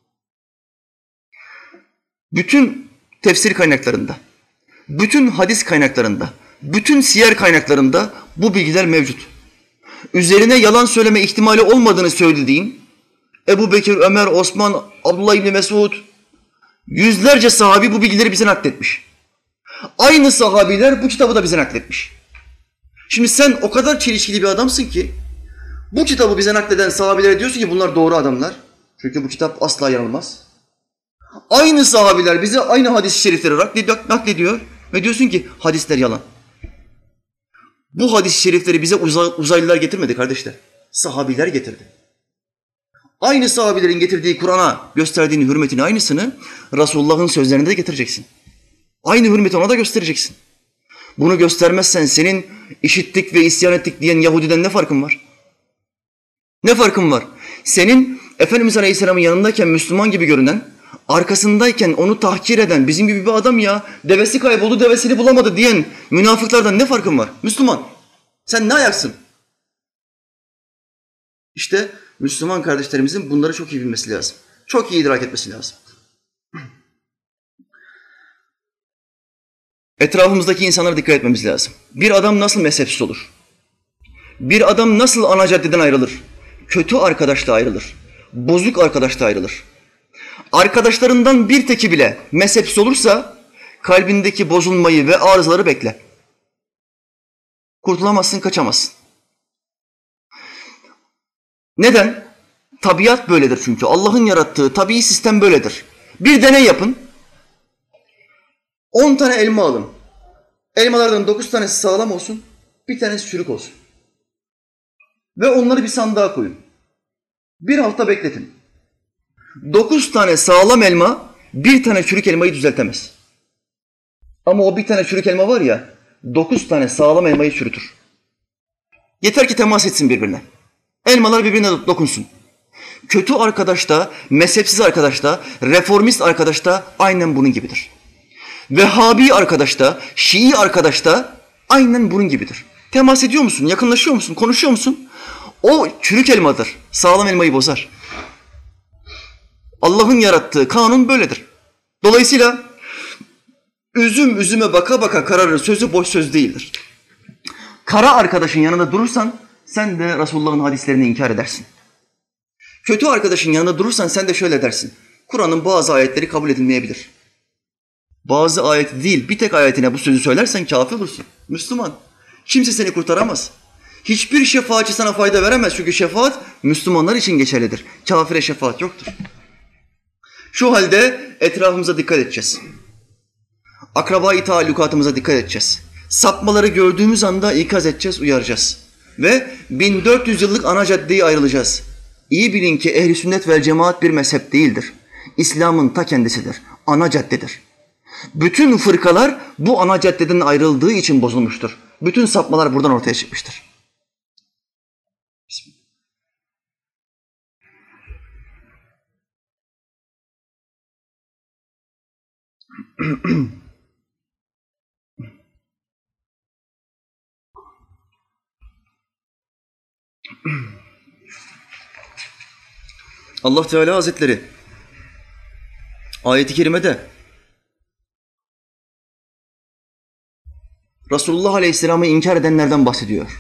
Bütün tefsir kaynaklarında, bütün hadis kaynaklarında, bütün siyer kaynaklarında bu bilgiler mevcut. Üzerine yalan söyleme ihtimali olmadığını söylediğim Ebu Bekir, Ömer, Osman, Abdullah İbni Mesud, yüzlerce sahabi bu bilgileri bize nakletmiş. Aynı sahabiler bu kitabı da bize nakletmiş. Şimdi sen o kadar çelişkili bir adamsın ki bu kitabı bize nakleden sahabilere diyorsun ki bunlar doğru adamlar. Çünkü bu kitap asla yanılmaz. Aynı sahabiler bize aynı hadis-i şerifleri naklediyor ve diyorsun ki hadisler yalan. Bu hadis-i şerifleri bize uzaylılar getirmedi kardeşler. Sahabiler getirdi. Aynı sahabilerin getirdiği Kur'an'a gösterdiğin hürmetin aynısını Resulullah'ın sözlerine de getireceksin. Aynı hürmeti ona da göstereceksin. Bunu göstermezsen senin işittik ve isyan ettik diyen Yahudiden ne farkın var? Ne farkın var? Senin Efendimiz Aleyhisselam'ın yanındayken Müslüman gibi görünen, arkasındayken onu tahkir eden bizim gibi bir adam ya, devesi kayboldu, devesini bulamadı diyen münafıklardan ne farkın var? Müslüman, sen ne ayaksın? İşte Müslüman kardeşlerimizin bunları çok iyi bilmesi lazım. Çok iyi idrak etmesi lazım. Etrafımızdaki insanlara dikkat etmemiz lazım. Bir adam nasıl mezhepsiz olur? Bir adam nasıl ana caddeden ayrılır? Kötü arkadaşla ayrılır. Bozuk arkadaşla ayrılır. Arkadaşlarından bir teki bile mezhepsiz olursa kalbindeki bozulmayı ve arızaları bekle. Kurtulamazsın, kaçamazsın. Neden? Tabiat böyledir çünkü. Allah'ın yarattığı tabii sistem böyledir. Bir deney yapın. On tane elma alın. Elmalardan dokuz tanesi sağlam olsun, bir tanesi çürük olsun. Ve onları bir sandığa koyun. Bir hafta bekletin. Dokuz tane sağlam elma, bir tane çürük elmayı düzeltemez. Ama o bir tane çürük elma var ya, dokuz tane sağlam elmayı çürütür. Yeter ki temas etsin birbirine. Elmalar birbirine dokunsun. Kötü arkadaş da, mezhepsiz arkadaş da, reformist arkadaş da aynen bunun gibidir. Vehhabi arkadaş da, Şii arkadaş da aynen bunun gibidir. Temas ediyor musun, yakınlaşıyor musun, konuşuyor musun? O çürük elmadır, sağlam elmayı bozar. Allah'ın yarattığı kanun böyledir. Dolayısıyla üzüm üzüme baka baka kararır sözü boş söz değildir. Kara arkadaşın yanında durursan sen de Resulullah'ın hadislerini inkar edersin. Kötü arkadaşın yanında durursan sen de şöyle dersin. Kur'an'ın bazı ayetleri kabul edilmeyebilir. Bazı ayeti değil, bir tek ayetine bu sözü söylersen kafir olursun. Müslüman. Kimse seni kurtaramaz. Hiçbir şefaatçi sana fayda veremez. Çünkü şefaat Müslümanlar için geçerlidir. Kafire şefaat yoktur. Şu halde etrafımıza dikkat edeceğiz. Akraba-i taallukatımıza dikkat edeceğiz. Sapmaları gördüğümüz anda ikaz edeceğiz, uyaracağız. Ve bin dört yüz yıllık ana caddeyi ayrılacağız. İyi bilin ki ehl-i sünnet vel cemaat bir mezhep değildir. İslam'ın ta kendisidir. Ana caddedir. Bütün fırkalar bu ana caddeden ayrıldığı için bozulmuştur. Bütün sapmalar buradan ortaya çıkmıştır. Bismillah. Allah Teala Hazretleri ayet-i kerimede Resulullah Aleyhisselam'ı inkar edenlerden bahsediyor.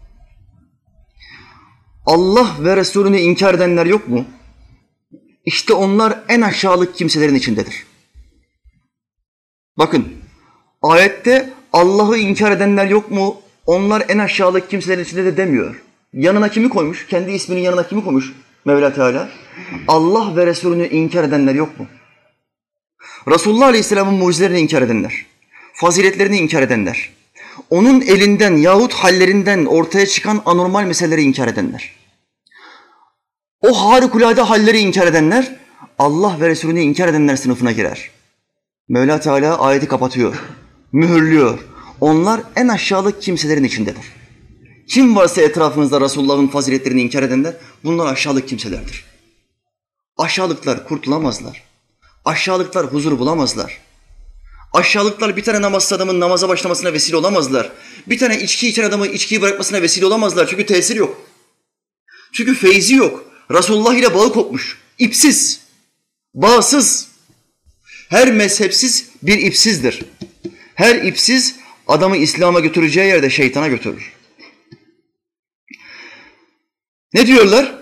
Allah ve Resulünü inkar edenler yok mu? İşte onlar en aşağılık kimselerin içindedir. Bakın, ayette Allah'ı inkar edenler yok mu? Onlar en aşağılık kimselerin içinde de demiyor. Yanına kimi koymuş? Kendi isminin yanına kimi koymuş Mevla Teala? Allah ve Resulünü inkar edenler yok mu? Resulullah Aleyhisselam'ın mucizelerini inkar edenler, faziletlerini inkar edenler, onun elinden yahut hallerinden ortaya çıkan anormal meseleleri inkar edenler, o harikulade halleri inkar edenler, Allah ve Resulünü inkar edenler sınıfına girer. Mevla Teala ayeti kapatıyor, mühürlüyor. Onlar en aşağılık kimselerin içindedir. Kim varsa etrafınızda Resulullah'ın faziletlerini inkar edenler, bunlar aşağılık kimselerdir. Aşağılıklar kurtulamazlar. Aşağılıklar huzur bulamazlar. Aşağılıklar bir tane namazsız adamın namaza başlamasına vesile olamazlar. Bir tane içki içen adamı içkiyi bırakmasına vesile olamazlar. Çünkü tesir yok. Çünkü feyzi yok. Resulullah ile bağı kopmuş. İpsiz, bağsız. Her mezhepsiz bir ipsizdir. Her ipsiz adamı İslam'a götüreceği yerde şeytana götürür. Ne diyorlar?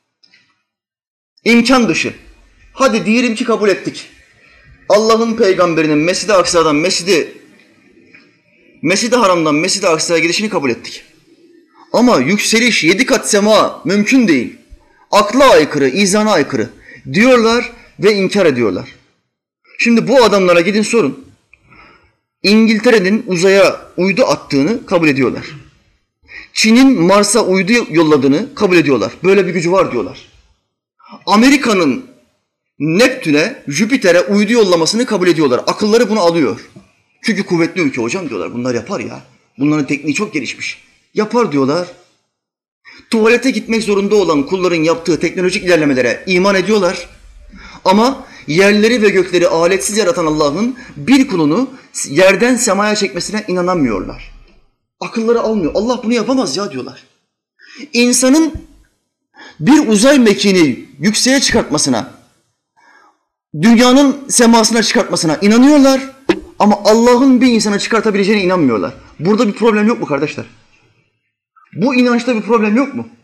İmkan dışı. Hadi diyelim ki kabul ettik. Allah'ın peygamberinin Mescid-i Aksa'dan Mescid-i Mescid-i Haram'dan Mescid-i Aksa'ya gidişini kabul ettik. Ama yükseliş yedi kat sema mümkün değil. Akla aykırı, izana aykırı diyorlar ve inkar ediyorlar. Şimdi bu adamlara gidin sorun. İngiltere'nin uzaya uydu attığını kabul ediyorlar. Çin'in Mars'a uydu yolladığını kabul ediyorlar. Böyle bir gücü var diyorlar. Amerika'nın Neptün'e, Jüpiter'e uydu yollamasını kabul ediyorlar. Akılları bunu alıyor. Çünkü kuvvetli ülke hocam diyorlar. Bunlar yapar ya. Bunların tekniği çok gelişmiş. Yapar diyorlar. Tuvalete gitmek zorunda olan kulların yaptığı teknolojik ilerlemelere iman ediyorlar. Ama yerleri ve gökleri aletsiz yaratan Allah'ın bir kulunu yerden semaya çekmesine inanamıyorlar. Akılları almıyor. Allah bunu yapamaz ya diyorlar. İnsanın bir uzay mekiğini yükseğe çıkartmasına, dünyanın semasına çıkartmasına inanıyorlar ama Allah'ın bir insana çıkartabileceğine inanmıyorlar. Burada bir problem yok mu kardeşler? Bu inançta bir problem yok mu?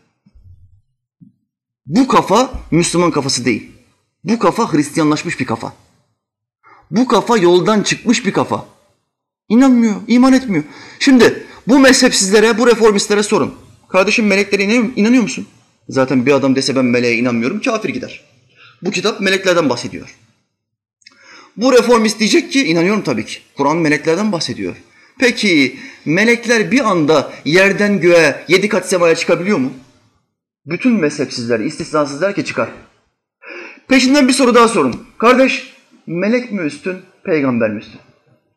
Bu kafa Müslüman kafası değil. Bu kafa Hristiyanlaşmış bir kafa. Bu kafa yoldan çıkmış bir kafa. İnanmıyor, iman etmiyor. Şimdi bu mezhepsizlere, bu reformistlere sorun. Kardeşim meleklere inanıyor musun? Zaten bir adam dese ben meleğe inanmıyorum, kafir gider. Bu kitap meleklerden bahsediyor. Bu reformist diyecek ki inanıyorum tabii ki. Kur'an meleklerden bahsediyor. Peki melekler bir anda yerden göğe yedi kat semaya çıkabiliyor mu? Bütün mezhepsizler, istisnasızlar ki çıkar. Peşinden bir soru daha sorun. Kardeş, melek mi üstün, peygamber mi üstün?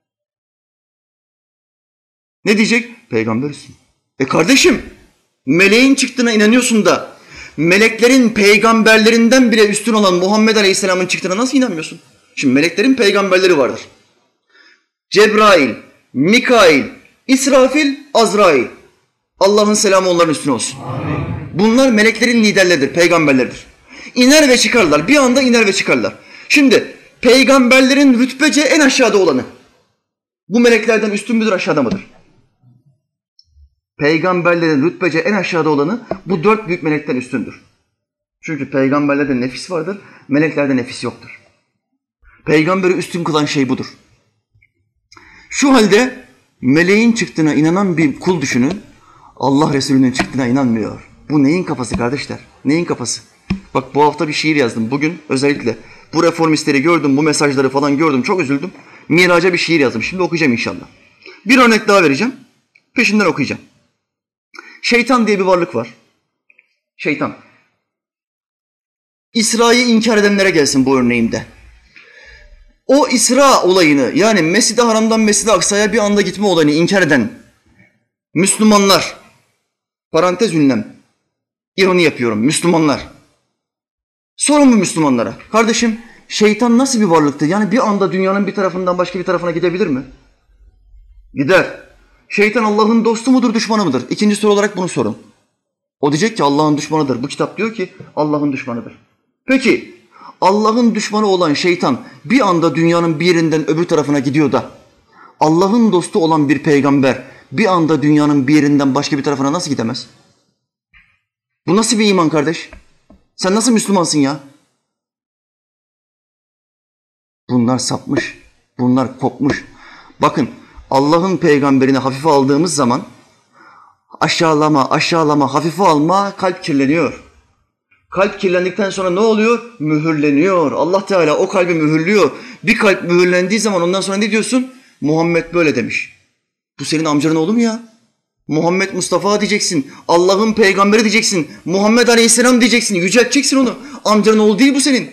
Ne diyecek? Peygamber üstün. E kardeşim, meleğin çıktığına inanıyorsun da meleklerin peygamberlerinden bile üstün olan Muhammed Aleyhisselam'ın çıktığına nasıl inanmıyorsun? Şimdi meleklerin peygamberleri vardır. Cebrail, Mikail, İsrafil, Azrail. Allah'ın selamı onların üstüne olsun. Amin. Bunlar meleklerin liderleridir, peygamberleridir. İner ve çıkarlar. Bir anda iner ve çıkarlar. Şimdi peygamberlerin rütbece en aşağıda olanı bu meleklerden üstün müdür, aşağıda mıdır? Peygamberlerin rütbece en aşağıda olanı bu dört büyük melekten üstündür. Çünkü peygamberlerde nefis vardır, meleklerde nefis yoktur. Peygamberi üstün kılan şey budur. Şu halde meleğin çıktığına inanan bir kul düşünün, Allah Resulü'nün çıktığına inanmıyor. Bu neyin kafası kardeşler? Neyin kafası? Bak bu hafta bir şiir yazdım. Bugün özellikle bu reformistleri gördüm, bu mesajları falan gördüm. Çok üzüldüm. Miraç'a bir şiir yazdım. Şimdi okuyacağım inşallah. Bir örnek daha vereceğim. Peşinden okuyacağım. Şeytan diye bir varlık var. Şeytan. İsra'yı inkar edenlere gelsin bu örneğimde. O İsra olayını, yani Mescid-i Haram'dan Mescid-i Aksa'ya bir anda gitme olayını inkar eden Müslümanlar, parantez ünlem, ironi yapıyorum, Müslümanlar. Sorun mu Müslümanlara? Kardeşim, şeytan nasıl bir varlıktır? Yani bir anda dünyanın bir tarafından başka bir tarafına gidebilir mi? Gider. Şeytan Allah'ın dostu mudur, düşmanı mıdır? İkinci soru olarak bunu sorun. O diyecek ki Allah'ın düşmanıdır. Bu kitap diyor ki Allah'ın düşmanıdır. Peki, Allah'ın düşmanı olan şeytan bir anda dünyanın bir yerinden öbür tarafına gidiyor da Allah'ın dostu olan bir peygamber bir anda dünyanın bir yerinden başka bir tarafına nasıl gidemez? Bu nasıl bir iman kardeş? Sen nasıl Müslümansın ya? Bunlar sapmış, bunlar kopmuş. Bakın Allah'ın peygamberini hafife aldığımız zaman aşağılama, aşağılama, hafife alma, kalp kirleniyor. Kalp kirlendikten sonra ne oluyor? Mühürleniyor. Allah Teala o kalbi mühürlüyor. Bir kalp mühürlendiği zaman ondan sonra ne diyorsun? Muhammed böyle demiş. Bu senin amcanın oğlu mu ya? Muhammed Mustafa diyeceksin. Allah'ın peygamberi diyeceksin. Muhammed Aleyhisselam diyeceksin. Yücelteceksin onu. Amcanın oğlu değil bu senin.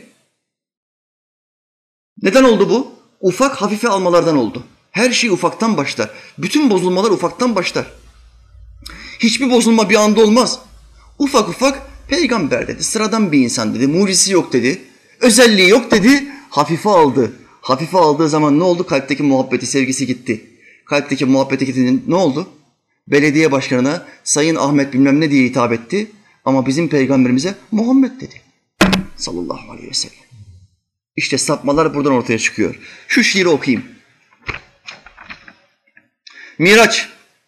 Neden oldu bu? Ufak hafife almalardan oldu. Her şey ufaktan başlar. Bütün bozulmalar ufaktan başlar. Hiçbir bozulma bir anda olmaz. Ufak ufak peygamber dedi, sıradan bir insan dedi, mucizesi yok dedi, özelliği yok dedi, hafife aldı. Hafife aldığı zaman ne oldu? Kalpteki muhabbeti, sevgisi gitti. Kalpteki muhabbeti gitti. Ne oldu? Belediye başkanına Sayın Ahmet bilmem ne diye hitap etti ama bizim peygamberimize Muhammed dedi. Sallallahu aleyhi ve sellem. İşte sapmalar buradan ortaya çıkıyor. Şu şiiri okuyayım. Miraç.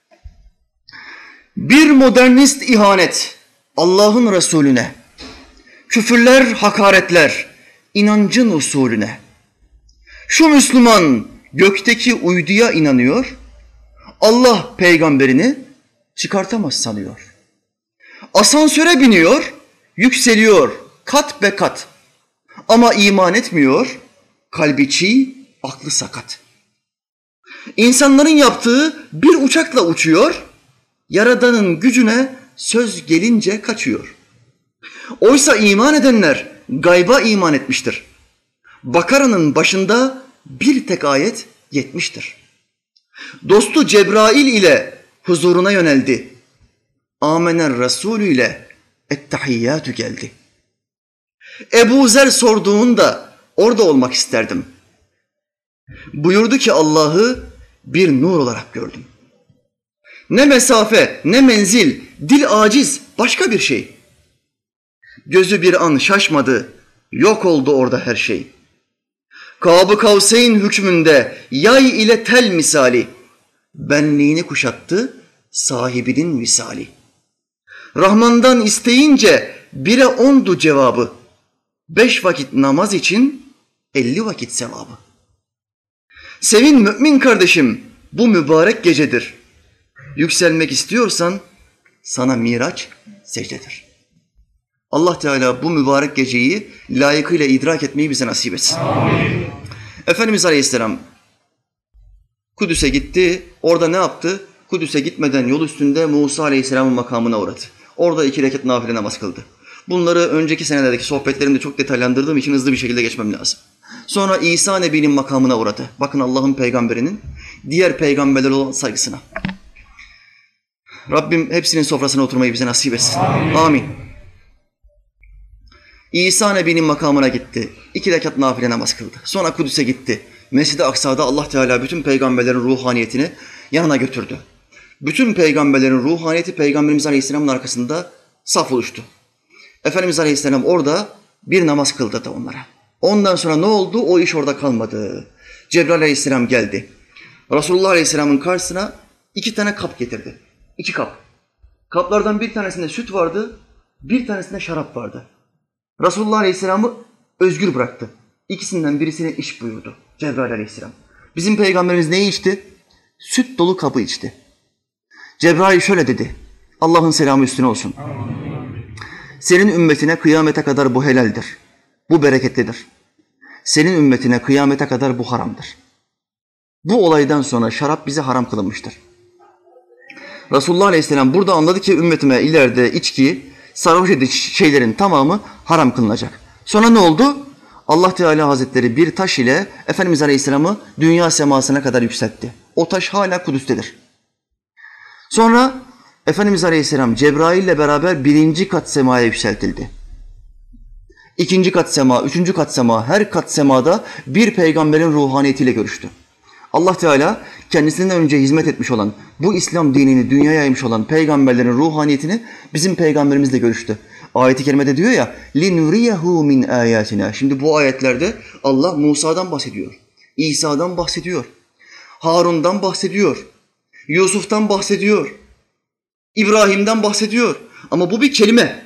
Bir modernist ihanet Allah'ın Resulüne, küfürler, hakaretler inancın usulüne. Şu Müslüman gökteki uyduya inanıyor, Allah peygamberini çıkartamaz sanıyor. Asansöre biniyor, yükseliyor kat be kat. Ama iman etmiyor, kalbi çiğ, aklı sakat. İnsanların yaptığı bir uçakla uçuyor, Yaradan'ın gücüne söz gelince kaçıyor. Oysa iman edenler gayba iman etmiştir. Bakara'nın başında bir tek ayet yetmiştir. Dostu Cebrail ile huzuruna yöneldi. Amener Resulü ile ettehiyyatü geldi. Ebu Zer sorduğunda orada olmak isterdim. Buyurdu ki Allah'ı bir nur olarak gördüm. Ne mesafe, ne menzil, dil aciz, başka bir şey. Gözü bir an şaşmadı, yok oldu orada her şey. Kâb-ı Kavseyn hükmünde yay ile tel misali, benliğini kuşattı sahibinin misali. Rahman'dan isteyince bire ondu cevabı, beş vakit namaz için elli vakit sevabı. Sevin mümin kardeşim, bu mübarek gecedir. Yükselmek istiyorsan sana Miraç secdedir. Allah Teala bu mübarek geceyi layıkıyla idrak etmeyi bize nasip etsin. Amin. Efendimiz Aleyhisselam Kudüs'e gitti. Orada ne yaptı? Kudüs'e gitmeden yol üstünde Musa Aleyhisselam'ın makamına uğradı. Orada iki rekat nafile namaz kıldı. Bunları önceki senelerdeki sohbetlerimde çok detaylandırdığım için hızlı bir şekilde geçmem lazım. Sonra İsa Nebi'nin makamına uğradı. Bakın Allah'ın peygamberinin diğer peygamberlere olan saygısına. Rabbim hepsinin sofrasına oturmayı bize nasip etsin. Amin. Amin. İsa Nebi'nin makamına gitti. İki rekat nafile namaz kıldı. Sonra Kudüs'e gitti. Mescid-i Aksa'da Allah Teala bütün peygamberlerin ruhaniyetini yanına götürdü. Bütün peygamberlerin ruhaniyeti Peygamberimiz Aleyhisselam'ın arkasında saf oluştu. Efendimiz Aleyhisselam orada bir namaz kıldı da onlara. Ondan sonra ne oldu? O iş orada kalmadı. Cebrail Aleyhisselam geldi. Resulullah Aleyhisselam'ın karşısına iki tane kap getirdi. İki kap. Kaplardan bir tanesinde süt vardı, bir tanesinde şarap vardı. Resulullah Aleyhisselam'ı özgür bıraktı. İkisinden birisine iç buyurdu Cebrail Aleyhisselam. Bizim peygamberimiz neyi içti? Süt dolu kabı içti. Cebrail şöyle dedi. Allah'ın selamı üstüne olsun. Senin ümmetine kıyamete kadar bu helaldir. Bu bereketlidir. Senin ümmetine kıyamete kadar bu haramdır. Bu olaydan sonra şarap bize haram kılınmıştır. Resulullah Aleyhisselam burada anladı ki ümmetime ileride içki, sarhoş edici şeylerin tamamı haram kılınacak. Sonra ne oldu? Allah Teala Hazretleri bir taş ile Efendimiz Aleyhisselam'ı dünya semasına kadar yükseltti. O taş hala Kudüs'tedir. Sonra Efendimiz Aleyhisselam Cebrail ile beraber birinci kat semaya yükseltildi. İkinci kat sema, üçüncü kat sema, her kat semada bir peygamberin ruhaniyetiyle görüştü. Allah Teala kendisinden önce hizmet etmiş olan, bu İslam dinini dünyaya yaymış olan peygamberlerin ruhaniyetini bizim peygamberimizle görüştü. Ayet-i kerimede diyor ya, لِنُرِيَهُ مِنْ آيَاتِنَا. Şimdi bu ayetlerde Allah Musa'dan bahsediyor, İsa'dan bahsediyor, Harun'dan bahsediyor, Yusuf'tan bahsediyor, İbrahim'den bahsediyor. Ama bu bir kelime.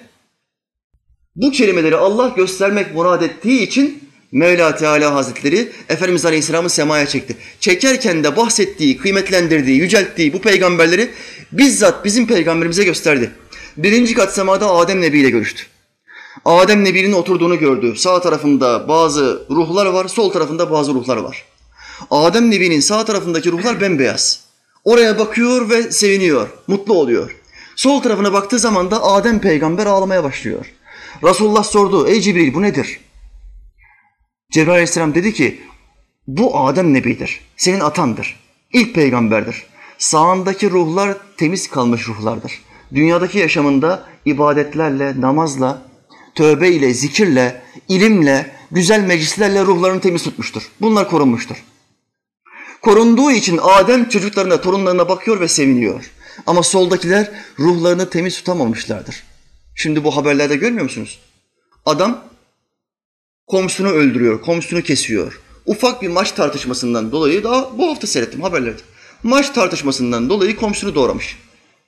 Bu kelimeleri Allah göstermek murad ettiği için Mevla Teala Hazretleri Efendimiz Aleyhisselam'ı semaya çekti. Çekerken de bahsettiği, kıymetlendirdiği, yücelttiği bu peygamberleri bizzat bizim peygamberimize gösterdi. Birinci kat semada Adem Nebi ile görüştü. Adem Nebi'nin oturduğunu gördü. Sağ tarafında bazı ruhlar var, sol tarafında bazı ruhlar var. Adem Nebi'nin sağ tarafındaki ruhlar bembeyaz. Oraya bakıyor ve seviniyor, mutlu oluyor. Sol tarafına baktığı zaman da Adem peygamber ağlamaya başlıyor. Resulullah sordu, ey Cibril bu nedir? Cebrail Aleyhisselam dedi ki, bu Adem Nebi'dir, senin atandır, ilk peygamberdir. Sağındaki ruhlar temiz kalmış ruhlardır. Dünyadaki yaşamında ibadetlerle, namazla, tövbeyle, zikirle, ilimle, güzel meclislerle ruhlarını temiz tutmuştur. Bunlar korunmuştur. Korunduğu için Adem çocuklarına, torunlarına bakıyor ve seviniyor. Ama soldakiler ruhlarını temiz tutamamışlardır. Şimdi bu haberlerde görmüyor musunuz? Adam komşusunu öldürüyor, komşusunu kesiyor. Ufak bir maç tartışmasından dolayı, daha bu hafta seyrettim haberlerde. Maç tartışmasından dolayı komşusunu doğramış.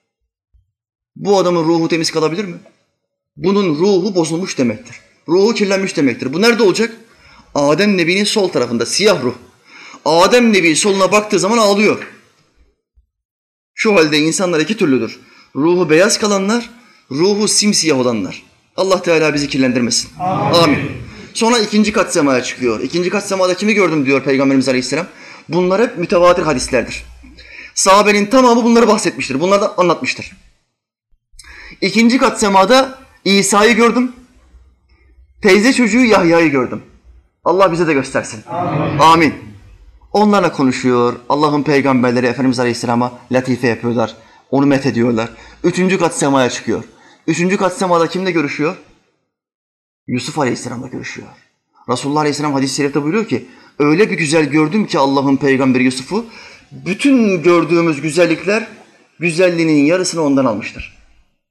Bu adamın ruhu temiz kalabilir mi? Bunun ruhu bozulmuş demektir. Ruhu kirlenmiş demektir. Bu nerede olacak? Adem Nebi'nin sol tarafında, siyah ruh. Adem Nebi soluna baktığı zaman ağlıyor. Şu halde insanlar iki türlüdür. Ruhu beyaz kalanlar, ruhu simsiyah olanlar. Allah Teala bizi kirlendirmesin. Amin. Amin. Sonra ikinci kat semaya çıkıyor. İkinci kat semada kimi gördüm diyor Peygamberimiz Aleyhisselam. Bunlar hep mütevatir hadislerdir. Sahabenin tamamı bunları bahsetmiştir. Bunları da anlatmıştır. İkinci kat semada İsa'yı gördüm. Teyze çocuğu Yahya'yı gördüm. Allah bize de göstersin. Amin. Amin. Onlarla konuşuyor. Allah'ın peygamberleri Efendimiz Aleyhisselam'a latife yapıyorlar. Onu methediyorlar. Üçüncü kat semaya çıkıyor. Üçüncü kat semada kimle görüşüyor? Yusuf Aleyhisselam'la görüşüyor. Resulullah Aleyhisselam hadis-i şerifte buyuruyor ki, öyle bir güzel gördüm ki Allah'ın peygamberi Yusuf'u, bütün gördüğümüz güzellikler güzelliğinin yarısını ondan almıştır.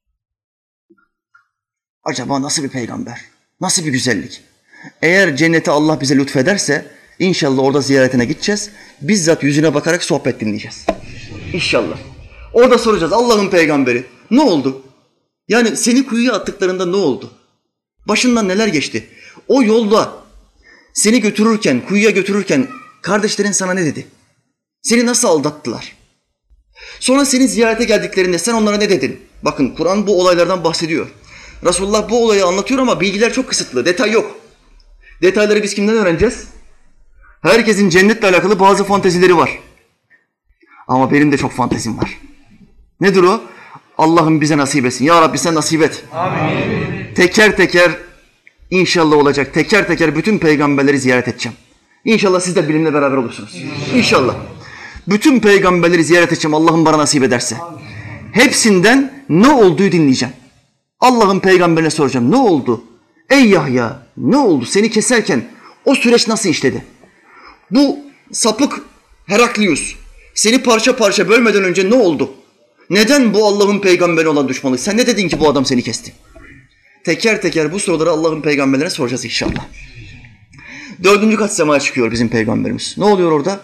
Acaba nasıl bir peygamber? Nasıl bir güzellik? Eğer cennete Allah bize lütfederse inşallah orada ziyaretine gideceğiz. Bizzat yüzüne bakarak sohbet dinleyeceğiz. İnşallah. Orada soracağız, Allah'ın peygamberi ne oldu? Yani seni kuyuya attıklarında ne oldu? Başından neler geçti? O yolda seni götürürken, kuyuya götürürken kardeşlerin sana ne dedi? Seni nasıl aldattılar? Sonra seni ziyarete geldiklerinde sen onlara ne dedin? Bakın Kur'an bu olaylardan bahsediyor. Resulullah bu olayı anlatıyor ama bilgiler çok kısıtlı, detay yok. Detayları biz kimden öğreneceğiz? Herkesin cennetle alakalı bazı fantezileri var. Ama benim de çok fantezim var. Nedir o? Allah'ım bize nasip etsin. Ya Rabbi sen nasip et. Amin. Teker teker inşallah olacak. Teker teker bütün peygamberleri ziyaret edeceğim. İnşallah siz de benimle beraber olursunuz. İnşallah. Bütün peygamberleri ziyaret edeceğim Allah'ım bana nasip ederse. Hepsinden ne olduğu dinleyeceğim. Allah'ın peygamberine soracağım. Ne oldu? Ey Yahya ne oldu? Seni keserken o süreç nasıl işledi? Bu sapık Heraklius seni parça parça bölmeden önce ne oldu? Neden bu Allah'ın peygamberi olan düşmanlık? Sen ne dedin ki bu adam seni kesti? Teker teker bu soruları Allah'ın peygamberlerine soracağız inşallah. Dördüncü kat semaya çıkıyor bizim peygamberimiz. Ne oluyor orada?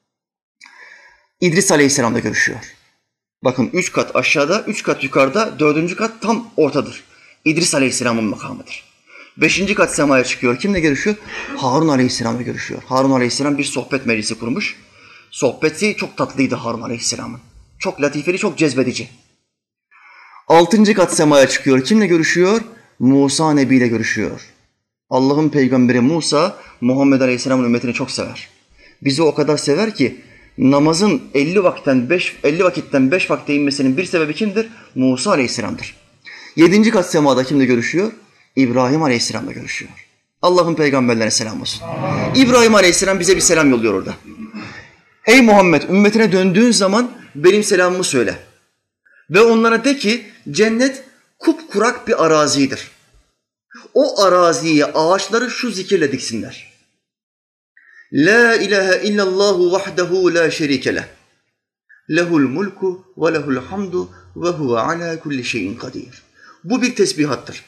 İdris Aleyhisselam'la görüşüyor. Bakın üç kat aşağıda, üç kat yukarıda, dördüncü kat tam ortadır. İdris Aleyhisselam'ın makamıdır. Beşinci kat semaya çıkıyor. Kimle görüşüyor? Harun Aleyhisselam'la görüşüyor. Harun Aleyhisselam bir sohbet meclisi kurmuş. Sohbeti çok tatlıydı Harun Aleyhisselam'ın. Çok latifeli, çok cezbedici. Altıncı kat semaya çıkıyor. Kimle görüşüyor? Musa Nebi ile görüşüyor. Allah'ın peygamberi Musa, Muhammed Aleyhisselam'ın ümmetini çok sever. Bizi o kadar sever ki namazın elli vakitten beş elli vakitten beş vakte inmesinin bir sebebi kimdir? Musa Aleyhisselam'dır. Yedinci kat semada kimle görüşüyor? İbrahim Aleyhisselam'la görüşüyor. Allah'ın peygamberlerine selam olsun. Amin. İbrahim Aleyhisselam bize bir selam yolluyor orada. Ey Muhammed, ümmetine döndüğün zaman benim selamımı söyle. Ve onlara de ki cennet kupkurak bir arazidir. O araziye ağaçları şu zikirle diksinler. La ilahe illallahu vahdehu la şerike leh. Lehul mulku ve lehul hamdu ve huve ala kulli şeyin kadir. Bu bir tesbihattır.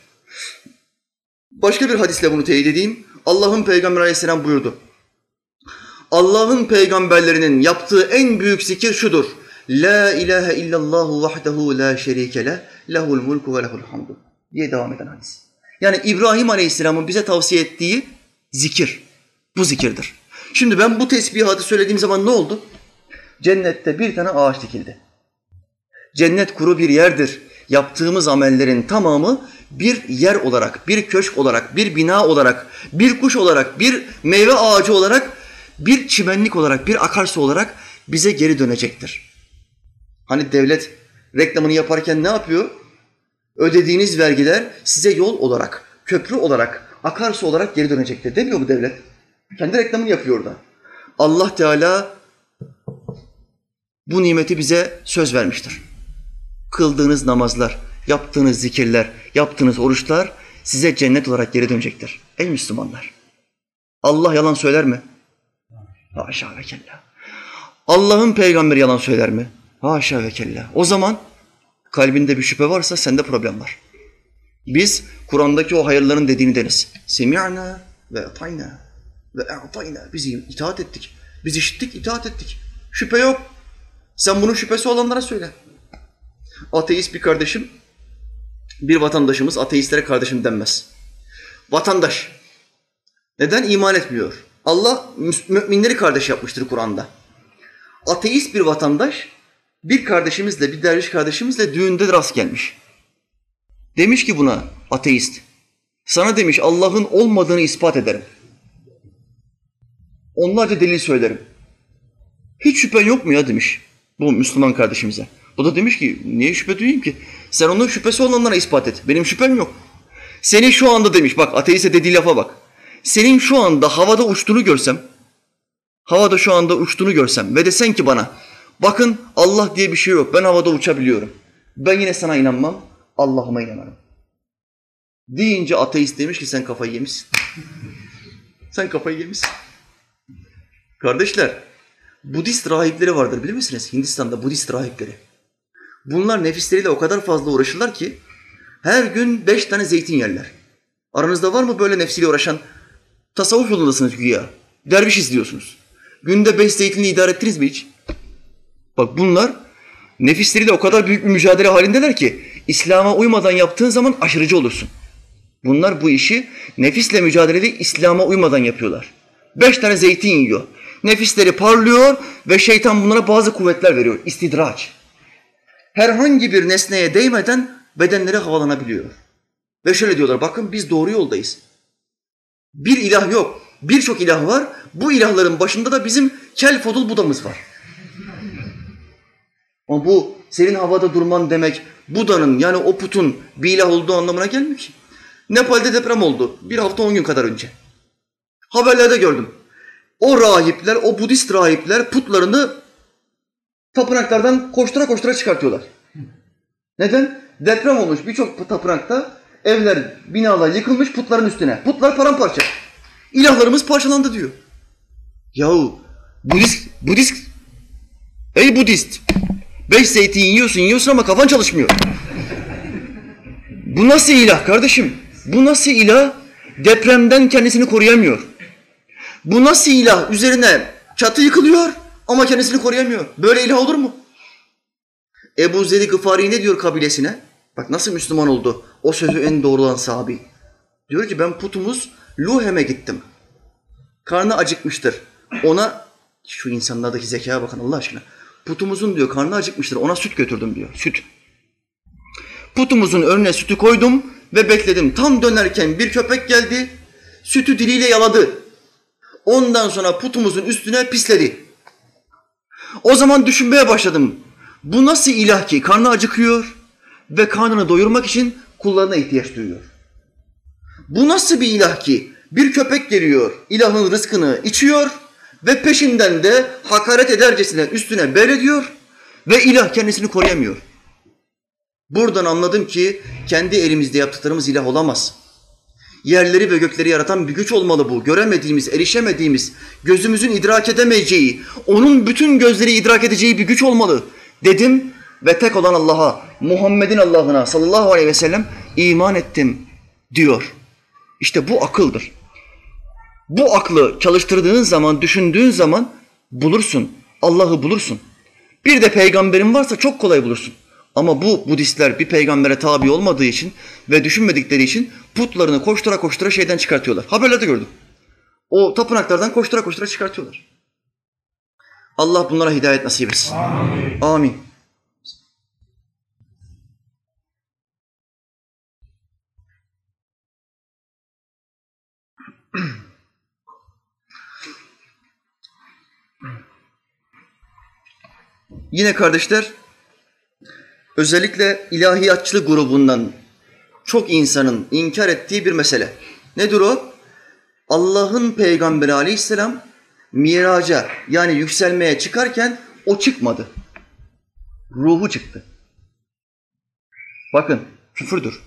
Başka bir hadisle bunu teyit edeyim. Allah'ın Peygamberi Aleyhisselam buyurdu. Allah'ın peygamberlerinin yaptığı en büyük zikir şudur. La ilahe illallahu vahdehu la şerike leh. Lehul mulku ve lehul hamdu. Diye devam eden hadis. Yani İbrahim Aleyhisselam'ın bize tavsiye ettiği zikir. Bu zikirdir. Şimdi ben bu tesbihatı söylediğim zaman ne oldu? Cennette bir tane ağaç dikildi. Cennet kuru bir yerdir. Yaptığımız amellerin tamamı bir yer olarak, bir köşk olarak, bir bina olarak, bir kuş olarak, bir meyve ağacı olarak, bir çimenlik olarak, bir akarsu olarak bize geri dönecektir. Hani devlet reklamını yaparken ne yapıyor? Ödediğiniz vergiler size yol olarak, köprü olarak, akarsu olarak geri dönecektir demiyor mu devlet? Kendi reklamını yapıyor orada. Allah Teala bu nimeti bize söz vermiştir. Kıldığınız namazlar, yaptığınız zikirler, yaptığınız oruçlar size cennet olarak geri dönecektir. Ey Müslümanlar! Allah yalan söyler mi? Haşa ve kella. Allah'ın peygamberi yalan söyler mi? Haşa ve kella. O zaman kalbinde bir şüphe varsa sende problem var. Biz Kur'an'daki o hayırların dediğini deriz. Semi'na ve atayna ve a'tayna. Biz itaat ettik. Biz işittik, itaat ettik. Şüphe yok. Sen bunun şüphesi olanlara söyle. Ateist bir kardeşim, bir vatandaşımız, ateistlere kardeşim denmez. Vatandaş. Neden? İman etmiyor. Allah müminleri kardeş yapmıştır Kur'an'da. Ateist bir vatandaş, bir kardeşimizle, bir derviş kardeşimizle düğünde rast gelmiş. Demiş ki buna ateist, sana demiş Allah'ın olmadığını ispat ederim. Onlarca delil söylerim. Hiç şüphen yok mu ya demiş bu Müslüman kardeşimize. O da demiş ki niye şüphe duyayım ki? Sen onun şüphesi olanlara ispat et. Benim şüphem yok. Senin şu anda demiş, bak ateiste dediği lafa bak. Senin şu anda havada uçtuğunu görsem, havada şu anda uçtuğunu görsem ve desen ki bana, bakın Allah diye bir şey yok, ben havada uçabiliyorum. Ben yine sana inanmam, Allah'ıma inanırım. Deyince ateist demiş ki sen kafayı yemişsin. Sen kafayı yemişsin. Kardeşler, Budist rahipleri vardır bilir misiniz? Hindistan'da Budist rahipleri. Bunlar nefisleriyle o kadar fazla uğraşırlar ki her gün beş tane zeytin yerler. Aranızda var mı böyle nefsiyle uğraşan? Tasavvuf yolundasınız güya. Derviş izliyorsunuz. Günde beş zeytinle idare ettiniz mi hiç? Bak bunlar nefisleriyle o kadar büyük bir mücadele halindeler ki İslam'a uymadan yaptığın zaman aşırıcı olursun. Bunlar bu işi nefisle mücadelede İslam'a uymadan yapıyorlar. Beş tane zeytin yiyor. Nefisleri parlıyor ve şeytan bunlara bazı kuvvetler veriyor. İstidraç. Herhangi bir nesneye değmeden bedenleri havalanabiliyor. Ve şöyle diyorlar, bakın biz doğru yoldayız. Bir ilah yok, birçok ilah var. Bu ilahların başında da bizim kel fodul Buda'mız var. Ama bu senin havada durman demek Buda'nın yani o putun bir ilah olduğu anlamına gelmiyor ki. Nepal'de deprem oldu bir hafta on gün kadar önce. Haberlerde gördüm. O rahipler, o Budist rahipler putlarını tapınaklardan koştura koştura çıkartıyorlar. Neden? Deprem olmuş birçok tapınakta, evler, binalar yıkılmış putların üstüne. Putlar paramparça. İlahlarımız parçalandı diyor. Yahu Budist, Budist, ey Budist, beş zeytin yiyorsun yiyorsun ama kafan çalışmıyor. Bu nasıl ilah kardeşim? Bu nasıl ilah? Depremden kendisini koruyamıyor. Bu nasıl ilah? Üzerine çatı yıkılıyor ama kendisini koruyamıyor. Böyle ilah olur mu? Ebu Zer Gıfari ne diyor kabilesine? Bak nasıl Müslüman oldu. O sözü en doğru olan sahabi. Diyor ki ben putumuz Luhem'e gittim. Karnı acıkmıştır. Ona, şu insanlardaki zekaya bakın Allah aşkına. Putumuzun diyor karnı acıkmıştır. Ona süt götürdüm diyor. Süt. Putumuzun önüne sütü koydum ve bekledim. Tam dönerken bir köpek geldi. Sütü diliyle yaladı. Ondan sonra putumuzun üstüne pisledi. O zaman düşünmeye başladım. Bu nasıl ilah ki karnı acıkıyor ve karnını doyurmak için kullarına ihtiyaç duyuyor. Bu nasıl bir ilah ki bir köpek geliyor, ilahın rızkını içiyor ve peşinden de hakaret edercesine üstüne bel ediyor ve ilah kendisini koruyamıyor. Buradan anladım ki kendi elimizde yaptıklarımız ilah olamaz. Yerleri ve gökleri yaratan bir güç olmalı bu. Göremediğimiz, erişemediğimiz, gözümüzün idrak edemeyeceği, onun bütün gözleri idrak edeceği bir güç olmalı dedim ve tek olan Allah'a, Muhammed'in Allah'ına sallallahu aleyhi ve sellem iman ettim diyor. İşte bu akıldır. Bu aklı çalıştırdığın zaman, düşündüğün zaman bulursun. Allah'ı bulursun. Bir de peygamberin varsa çok kolay bulursun. Ama bu Budistler bir peygambere tabi olmadığı için ve düşünmedikleri için putlarını koştura koştura şeyden çıkartıyorlar. Haberlerde gördüm. O tapınaklardan koştura koştura çıkartıyorlar. Allah bunlara hidayet nasip etsin. Amin. Amin. Yine kardeşler, özellikle ilahiyatçılık grubundan çok insanın inkar ettiği bir mesele. Nedir o? Allah'ın Peygamberi Aleyhisselam miraca yani yükselmeye çıkarken o çıkmadı. Ruhu çıktı. Bakın küfürdür.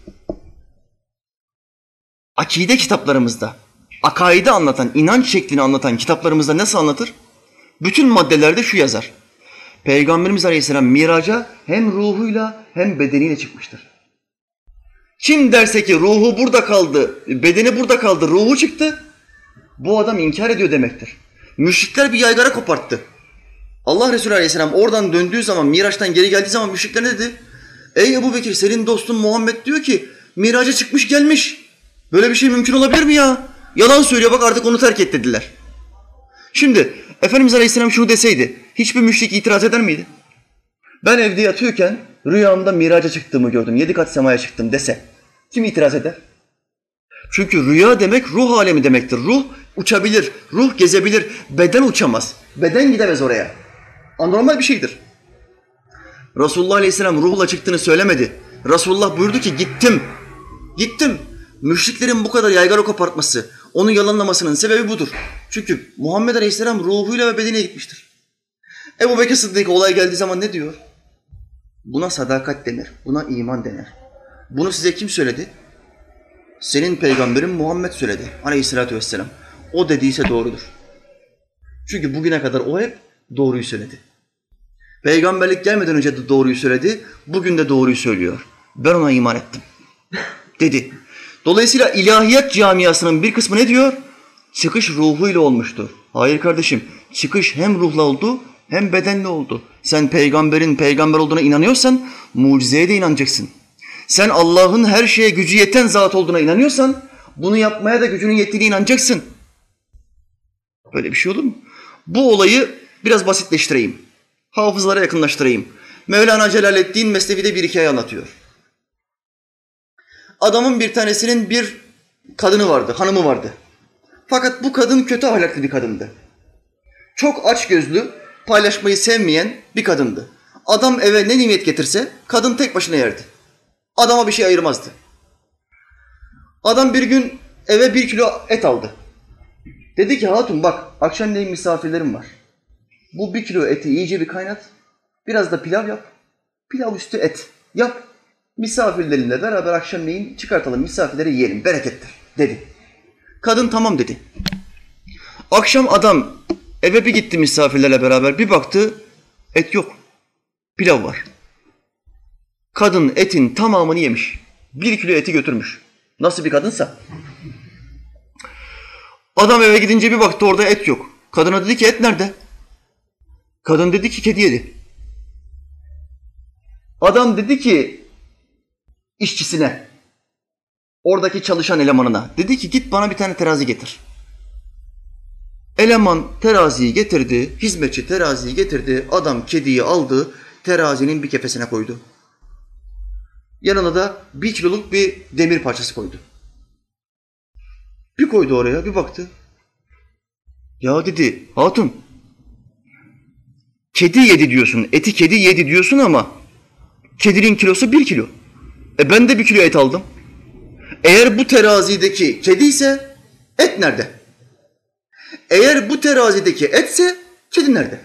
Akide kitaplarımızda, akaide anlatan, inanç şeklini anlatan kitaplarımızda nasıl anlatır? Bütün maddelerde şu yazar. Peygamberimiz Aleyhisselam miraca hem ruhuyla hem bedeniyle çıkmıştır. Kim derse ki ruhu burada kaldı, bedeni burada kaldı, ruhu çıktı, bu adam inkar ediyor demektir. Müşrikler bir yaygara koparttı. Allah Resulü Aleyhisselam oradan döndüğü zaman, Miraç'tan geri geldiği zaman müşrikler ne dedi? Ey Ebu Bekir, senin dostun Muhammed diyor ki miraca çıkmış gelmiş. Böyle bir şey mümkün olabilir mi ya? Yalan söylüyor, bak artık onu terk et dediler. Şimdi Efendimiz Aleyhisselam şunu deseydi, hiçbir müşrik itiraz eder miydi? Ben evde yatıyorken rüyamda miraca çıktığımı gördüm, yedi kat semaya çıktım dese, kim itiraz eder? Çünkü rüya demek ruh alemi demektir. Ruh uçabilir, ruh gezebilir, beden uçamaz, beden gidemez oraya. Anormal bir şeydir. Resulullah Aleyhisselam ruhla çıktığını söylemedi. Resulullah buyurdu ki gittim, gittim. Müşriklerin bu kadar yaygara kopartması, onu yalanlamasının sebebi budur. Çünkü Muhammed Aleyhisselam ruhuyla ve bedeniyle gitmiştir. Ebu Bekir Sıddık olay geldiği zaman ne diyor? Buna sadakat denir, buna iman denir. Bunu size kim söyledi? Senin peygamberin Muhammed söyledi Aleyhisselatü vesselam. O dediyse doğrudur. Çünkü bugüne kadar o hep doğruyu söyledi. Peygamberlik gelmeden önce de doğruyu söyledi, bugün de doğruyu söylüyor. Ben ona iman ettim dedi. Dolayısıyla ilahiyat camiasının bir kısmı ne diyor? Çıkış ruhuyla olmuştur. Hayır kardeşim, çıkış hem ruhla oldu hem bedenle oldu. Sen peygamberin peygamber olduğuna inanıyorsan mucizeye de inanacaksın. Sen Allah'ın her şeye gücü yeten zat olduğuna inanıyorsan bunu yapmaya da gücünün yettiğine inanacaksın. Böyle bir şey olur mu? Bu olayı biraz basitleştireyim. Hafızlara yakınlaştırayım. Mevlana Celaleddin Mesnevi'de bir hikaye anlatıyor. Adamın bir tanesinin bir kadını vardı, hanımı vardı. Fakat bu kadın kötü ahlaklı bir kadındı. Çok açgözlü, paylaşmayı sevmeyen bir kadındı. Adam eve ne nimet getirse kadın tek başına yerdi. Adama bir şey ayırmazdı. Adam bir gün eve bir kilo et aldı. Dedi ki hatun bak akşamleyin misafirlerim var. Bu bir kilo eti iyice bir kaynat. Biraz da pilav yap. Pilav üstü et yap. Misafirlerinle beraber akşamleyin çıkartalım. Misafirleri yiyelim. Berekettir dedi. Kadın tamam dedi. Akşam adam eve bir gitti misafirlerle beraber. Bir baktı et yok. Pilav var. Kadın etin tamamını yemiş. Bir kilo eti götürmüş. Nasıl bir kadınsa. Adam eve gidince bir baktı orada et yok. Kadına dedi ki et nerede? Kadın dedi ki kedi yedi. Adam dedi ki işçisine, oradaki çalışan elemanına, dedi ki git bana bir tane terazi getir. Eleman teraziyi getirdi, hizmetçi teraziyi getirdi, adam kediyi aldı, terazinin bir kefesine koydu. Yanına da bir kiloluk bir demir parçası koydu. Bir koydu oraya, bir baktı. Ya dedi, hatun, kedi yedi diyorsun, eti kedi yedi diyorsun ama kedinin kilosu bir kilo. E ben de bir kilo et aldım. Eğer bu terazideki kedi ise et nerede? Eğer bu terazideki etse kedi nerede?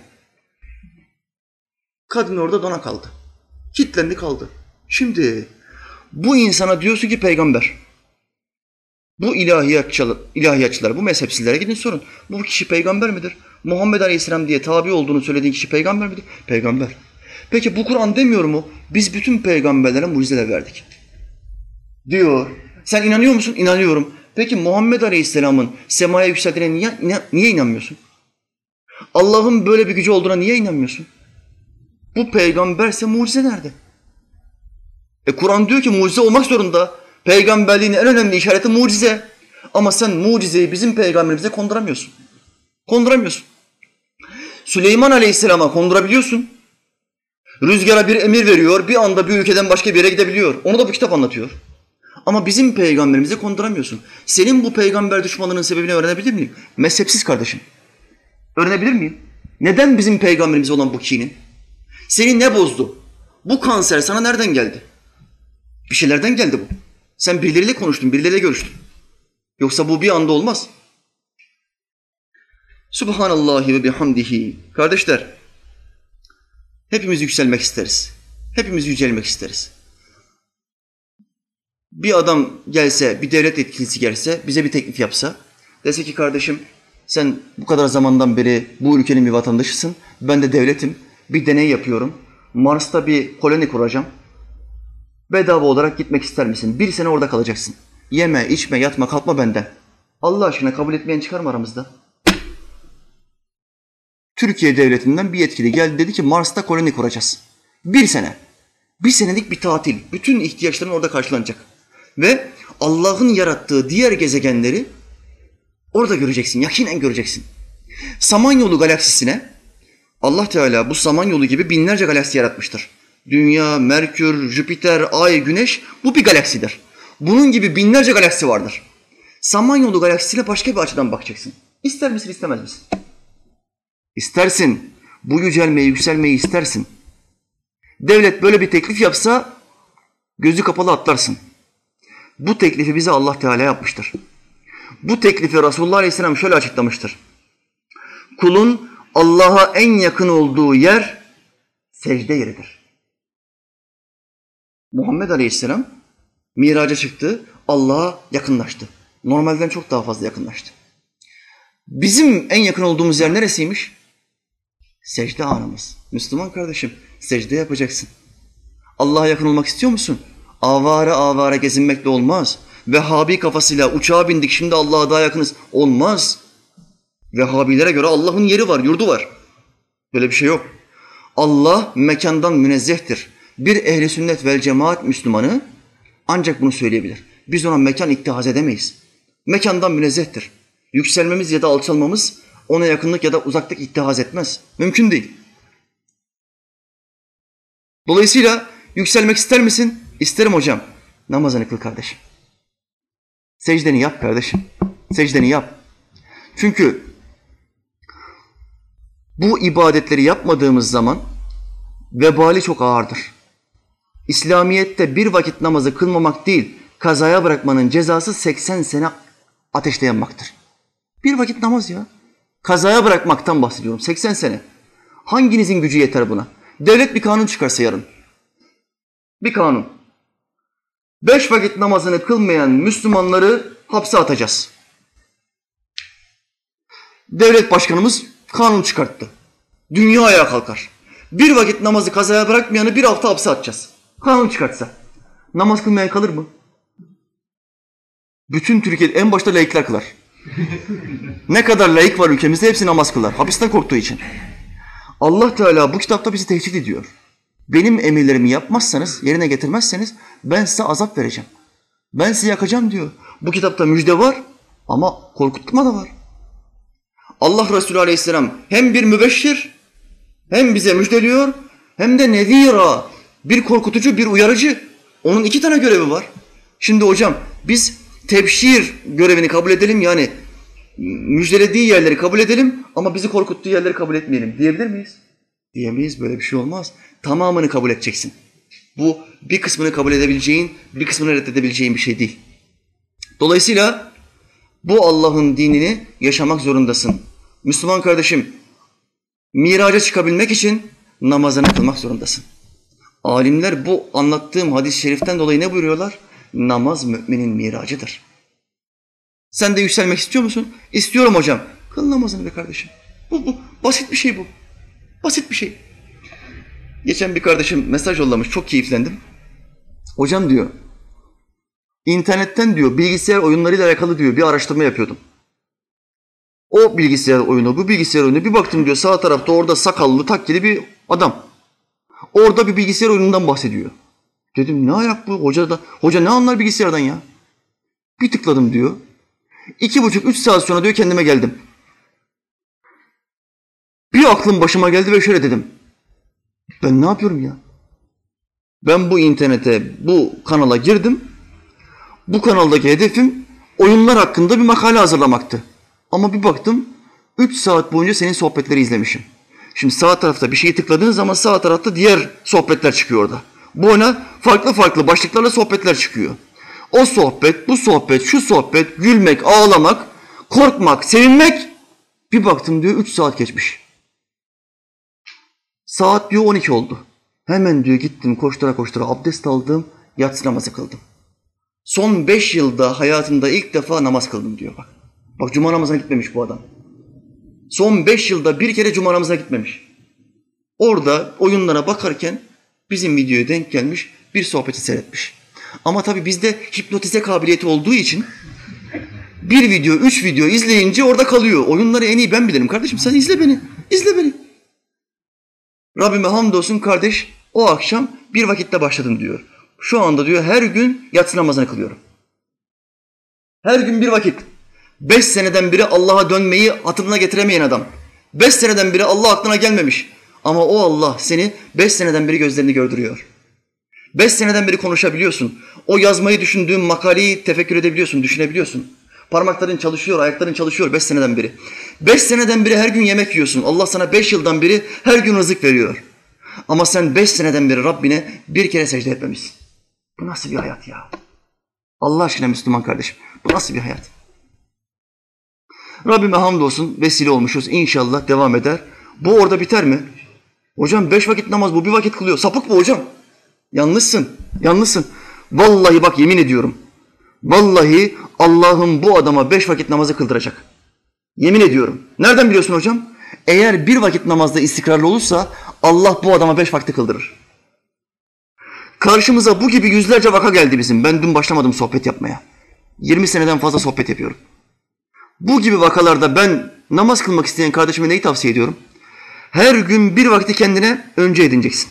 Kadın orada dona kaldı. Kitlendi kaldı. Şimdi bu insana diyorsun ki peygamber. Bu ilahiyatçılar, ilahiyatçılar, bu mezhepsizlere gidin sorun. Bu kişi peygamber midir? Muhammed Aleyhisselam diye tabi olduğunu söylediğin kişi peygamber midir? Peygamber. Peki bu Kur'an demiyor mu? Biz bütün peygamberlere mucizeler verdik. Diyor. Sen inanıyor musun? İnanıyorum. Peki Muhammed Aleyhisselam'ın semaya yükseldiğine niye, niye inanmıyorsun? Allah'ın böyle bir gücü olduğuna niye inanmıyorsun? Bu peygamberse mucize nerede? E Kur'an diyor ki mucize olmak zorunda. Peygamberliğin en önemli işareti mucize. Ama sen mucizeyi bizim peygamberimize konduramıyorsun. Konduramıyorsun. Süleyman Aleyhisselam'a kondurabiliyorsun. Rüzgara bir emir veriyor, bir anda bir ülkeden başka bir yere gidebiliyor. Onu da bu kitap anlatıyor. Ama bizim peygamberimize konduramıyorsun. Senin bu peygamber düşmanlığının sebebini öğrenebilir miyim? Mezhepsiz kardeşim. Öğrenebilir miyim? Neden bizim peygamberimiz olan bu kinin? Seni ne bozdu? Bu kanser sana nereden geldi? Bir şeylerden geldi bu. Sen birileriyle konuştun, birileriyle görüştün. Yoksa bu bir anda olmaz. Subhanallahi ve bihamdihi. Kardeşler, hepimiz yükselmek isteriz. Hepimiz yücelmek isteriz. Bir adam gelse, bir devlet yetkilisi gelse, bize bir teklif yapsa, dese ki kardeşim sen bu kadar zamandan beri bu ülkenin bir vatandaşısın, ben de devletim, bir deney yapıyorum, Mars'ta bir koloni kuracağım, bedava olarak gitmek ister misin? Bir sene orada kalacaksın. Yeme, içme, yatma, kalkma benden. Allah aşkına kabul etmeyen çıkar mı aramızda? Türkiye devletinden bir yetkili geldi dedi ki Mars'ta koloni kuracağız. Bir sene. Bir senelik bir tatil. Bütün ihtiyaçların orada karşılanacak. Ve Allah'ın yarattığı diğer gezegenleri orada göreceksin, yakinen göreceksin. Samanyolu galaksisine Allah Teala bu Samanyolu gibi binlerce galaksi yaratmıştır. Dünya, Merkür, Jüpiter, Ay, Güneş bu bir galaksidir. Bunun gibi binlerce galaksi vardır. Samanyolu galaksisine başka bir açıdan bakacaksın. İster misin, istemez misin? İstersin. Bu yücelmeyi, yükselmeyi istersin. Devlet böyle bir teklif yapsa gözü kapalı atlarsın. Bu teklifi bize Allah Teala yapmıştır. Bu teklifi Resulullah Aleyhisselam şöyle açıklamıştır. Kulun Allah'a en yakın olduğu yer secde yeridir. Muhammed Aleyhisselam miraca çıktı, Allah'a yakınlaştı. Normalden çok daha fazla yakınlaştı. Bizim en yakın olduğumuz yer neresiymiş? Secde anımız. Müslüman kardeşim, secde yapacaksın. Allah'a yakın olmak istiyor musun? Avare avare gezinmekle olmaz. Vehhabi kafasıyla uçağa bindik, şimdi Allah'a daha yakınız. Olmaz. Vehhabilere göre Allah'ın yeri var, yurdu var. Böyle bir şey yok. Allah mekandan münezzehtir. Bir ehli sünnet vel cemaat Müslümanı ancak bunu söyleyebilir. Biz ona mekan ittihaz edemeyiz. Mekandan münezzehtir. Yükselmemiz ya da alçalmamız ona yakınlık ya da uzaklık ittihaz etmez. Mümkün değil. Dolayısıyla yükselmek ister misin? İsterim hocam. namazını kıl kardeşim. Secdeni yap kardeşim. Secdeni yap. Çünkü bu ibadetleri yapmadığımız zaman vebali çok ağırdır. İslamiyet'te bir vakit namazı kılmamak değil, kazaya bırakmanın cezası seksen sene ateşte yanmaktır. Bir vakit namaz ya. Kazaya bırakmaktan bahsediyorum. seksen sene. Hanginizin gücü yeter buna? Devlet bir kanun çıkarsa yarın. Bir kanun. Beş vakit namazını kılmayan Müslümanları hapse atacağız. Devlet başkanımız kanun çıkarttı. Dünya ayağa kalkar. Bir vakit namazı kazaya bırakmayanı bir hafta hapse atacağız. Kanun çıkartsa. Namaz kılmayan kalır mı? Bütün Türkiye'de en başta laikler kılar. Ne kadar laik var ülkemizde hepsi namaz kılar. Hapisten korktuğu için. Allah Teala bu kitapta bizi tehdit ediyor. Benim emirlerimi yapmazsanız, yerine getirmezseniz ben size azap vereceğim. Ben sizi yakacağım diyor. Bu kitapta müjde var ama korkutma da var. Allah Resulü Aleyhisselam hem bir mübeşşir hem bize müjdeliyor hem de nezira, bir korkutucu, bir uyarıcı. Onun iki tane görevi var. Şimdi hocam biz tebşir görevini kabul edelim, yani müjdelediği yerleri kabul edelim ama bizi korkuttuğu yerleri kabul etmeyelim diyebilir miyiz? Diyemeyiz, böyle bir şey olmaz. Tamamını kabul edeceksin. Bu bir kısmını kabul edebileceğin, bir kısmını reddedebileceğin bir şey değil. Dolayısıyla bu Allah'ın dinini yaşamak zorundasın. Müslüman kardeşim, miraca çıkabilmek için namazını kılmak zorundasın. Alimler bu anlattığım hadis-i şeriften dolayı ne buyuruyorlar? Namaz müminin miracıdır. Sen de yükselmek istiyor musun? İstiyorum hocam. Kıl namazını be kardeşim. Bu, bu basit bir şey bu. Basit bir şey. Geçen bir kardeşim mesaj yollamış, çok keyiflendim. Hocam diyor, internetten diyor bilgisayar oyunlarıyla alakalı diyor bir araştırma yapıyordum. O bilgisayar oyunu, bu bilgisayar oyunu, bir baktım diyor sağ tarafta orada sakallı takkeli bir adam. Orada bir bilgisayar oyunundan bahsediyor. Dedim ne ayak bu? Hoca da, hoca ne anlar bilgisayardan ya? Bir tıkladım diyor. İki buçuk, üç saat sonra diyor kendime geldim. Bir aklım başıma geldi ve şöyle dedim. Ben ne yapıyorum ya? Ben bu internete, bu kanala girdim. Bu kanaldaki hedefim oyunlar hakkında bir makale hazırlamaktı. Ama bir baktım üç saat boyunca senin sohbetleri izlemişim. Şimdi sağ tarafta bir şeyi tıkladığın zaman sağ tarafta diğer sohbetler çıkıyor orada. Bu ona farklı farklı başlıklarla sohbetler çıkıyor. O sohbet, bu sohbet, şu sohbet, gülmek, ağlamak, korkmak, sevinmek. Bir baktım diyor üç saat geçmiş. Saat diyor on iki oldu. Hemen diyor gittim koştura koştura abdest aldım, yatsı namazı kıldım. Son beş yılda hayatımda ilk defa namaz kıldım diyor bak. Bak cuma namazına gitmemiş bu adam. Son beş yılda bir kere cuma namazına gitmemiş. Orada oyunlara bakarken bizim videoya denk gelmiş, bir sohbeti seyretmiş. Ama tabii bizde hipnotize kabiliyeti olduğu için bir video, üç video izleyince orada kalıyor. Oyunları en iyi ben bilirim kardeşim, sen izle beni, izle beni. Rabbime hamdolsun kardeş, o akşam bir vakitte başladım diyor. Şu anda diyor her gün yatsı namazını kılıyorum. Her gün bir vakit. Beş seneden beri Allah'a dönmeyi hatırına getiremeyen adam. Beş seneden beri Allah aklına gelmemiş. Ama o Allah seni beş seneden beri gözlerini gördürüyor. Beş seneden beri konuşabiliyorsun. O yazmayı düşündüğün makaleyi tefekkür edebiliyorsun, düşünebiliyorsun. Parmakların çalışıyor, ayakların çalışıyor beş seneden beri. Beş seneden beri her gün yemek yiyorsun. Allah sana beş yıldan beri her gün rızık veriyor. Ama sen beş seneden beri Rabbine bir kere secde etmemişsin. Bu nasıl bir hayat ya? Allah aşkına Müslüman kardeşim, bu nasıl bir hayat? Rabbime hamdolsun vesile olmuşuz. İnşallah devam eder. Bu orada biter mi? Hocam beş vakit namaz bu, bir vakit kılıyor. Sapık bu hocam. Yanlışsın, yanlışsın. Vallahi bak yemin ediyorum. Vallahi Allah'ım bu adama beş vakit namazı kıldıracak. Yemin ediyorum. Nereden biliyorsun hocam? Eğer bir vakit namazda istikrarlı olursa Allah bu adama beş vakti kıldırır. Karşımıza bu gibi yüzlerce vaka geldi bizim. Ben dün başlamadım sohbet yapmaya. yirmi seneden fazla sohbet yapıyorum. Bu gibi vakalarda ben namaz kılmak isteyen kardeşime neyi tavsiye ediyorum? Her gün bir vakti kendine önce edineceksin.